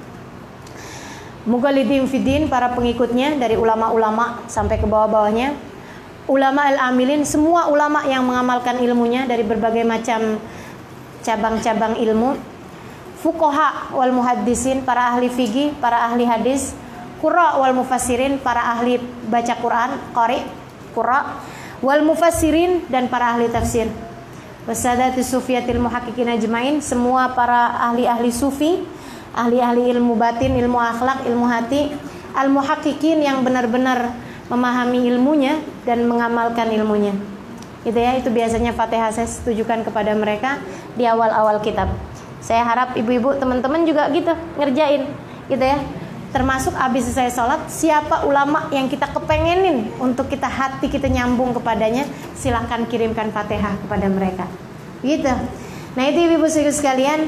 Mughalidin fiddin, para pengikutnya dari ulama-ulama sampai ke bawah-bawahnya. Ulama al-amilin, semua ulama yang mengamalkan ilmunya dari berbagai macam cabang-cabang ilmu. Fuqaha wal muhaddisin, para ahli fikih, para ahli hadis. Qurra wal mufassirin, para ahli baca Quran, qari, qurra. Wal mufassirin, dan para ahli tafsir. Wasadati sufiyatil muhaqqiqin ajmain, semua para ahli-ahli sufi, ahli-ahli ilmu batin, ilmu akhlak, ilmu hati, al muhaqqiqin yang benar-benar memahami ilmunya dan mengamalkan ilmunya. Gitu ya, itu biasanya Fatihah saya tujukan kepada mereka di awal-awal kitab. Saya harap ibu-ibu teman-teman juga gitu ngerjain gitu ya. Termasuk abis saya sholat, siapa ulama yang kita kepengenin untuk kita hati kita nyambung kepadanya, silahkan kirimkan Fatihah kepada mereka gitu. Nah itu ibu-ibu sekalian,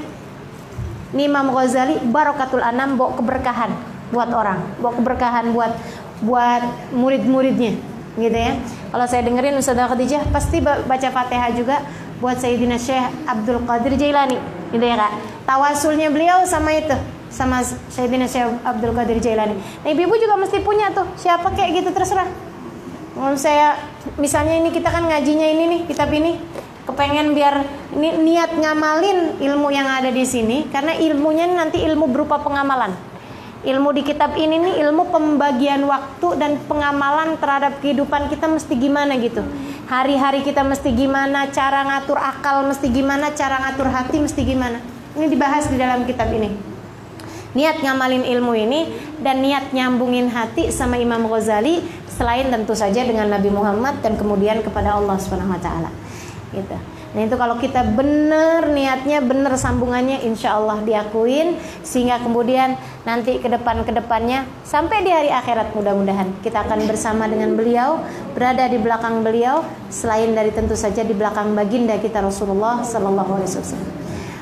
ini Imam Ghazali barakatul anam, bawa keberkahan buat orang, bawa keberkahan buat buat murid-muridnya gitu ya. Kalau saya dengerin Ustazah Khadijah pasti baca Fatihah juga buat Sayyidina Syekh Abdul Qadir Jailani gitu ya Kak. Tawasulnya beliau sama itu, sama Sayyidina Syekh Abdul Qadir Jailani. Nah ibu-ibu juga mesti punya tuh, siapa kayak gitu terserah. Kalau saya misalnya ini kita kan ngajinya ini nih, kitab ini kepengen biar ini niat ngamalin ilmu yang ada di sini, karena ilmunya nanti ilmu berupa pengamalan. Ilmu di kitab ini nih ilmu pembagian waktu dan pengamalan terhadap kehidupan kita mesti gimana gitu. Hari-hari kita mesti gimana, cara ngatur akal mesti gimana, cara ngatur hati mesti gimana. Ini dibahas di dalam kitab ini. Niat ngamalin ilmu ini dan niat nyambungin hati sama Imam Ghazali, selain tentu saja dengan Nabi Muhammad dan kemudian kepada Allah Subhanahu wa taala. Gitu. Nah itu kalau kita benar niatnya, benar sambungannya, insya Allah diakuin, sehingga kemudian nanti ke depan ke depannya sampai di hari akhirat mudah-mudahan kita akan bersama dengan beliau, berada di belakang beliau, selain dari tentu saja di belakang baginda kita Rasulullah Sallallahu Alaihi Wasallam.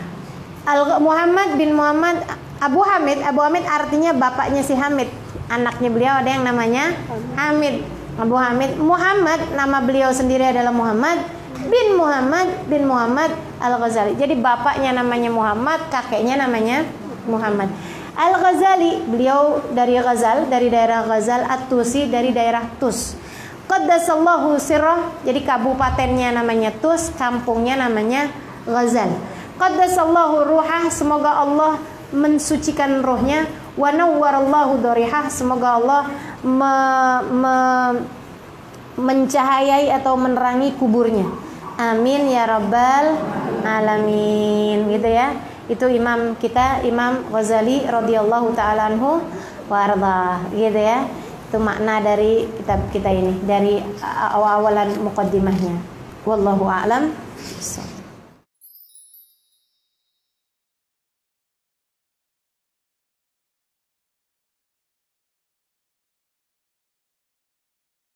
Al Muhammad bin Muhammad Abu Hamid, Abu Hamid artinya bapaknya si Hamid, anaknya beliau ada yang namanya Hamid. Abu Hamid, Muhammad nama beliau sendiri adalah Muhammad bin Muhammad bin Muhammad Al-Ghazali. Jadi bapaknya namanya Muhammad, kakeknya namanya Muhammad. Al-Ghazali, beliau dari Ghazal, dari daerah Ghazal, At-Tusi dari daerah Tus. Qaddasallahu sirrah, jadi kabupatennya namanya Tus, kampungnya namanya Ghazal. Qaddasallahu ruhah, semoga Allah mensucikan rohnya. Wa nawwarallahu dorihah, semoga Allah me, me, mencahayai atau menerangi kuburnya. Amin ya rabbal alamin, gitu ya. Itu imam kita, Imam Ghazali radhiyallahu taala anhu, wardah, gitu ya. Itu makna dari kitab kita ini, dari awal-awalan muqaddimahnya. Wallahu a'lam.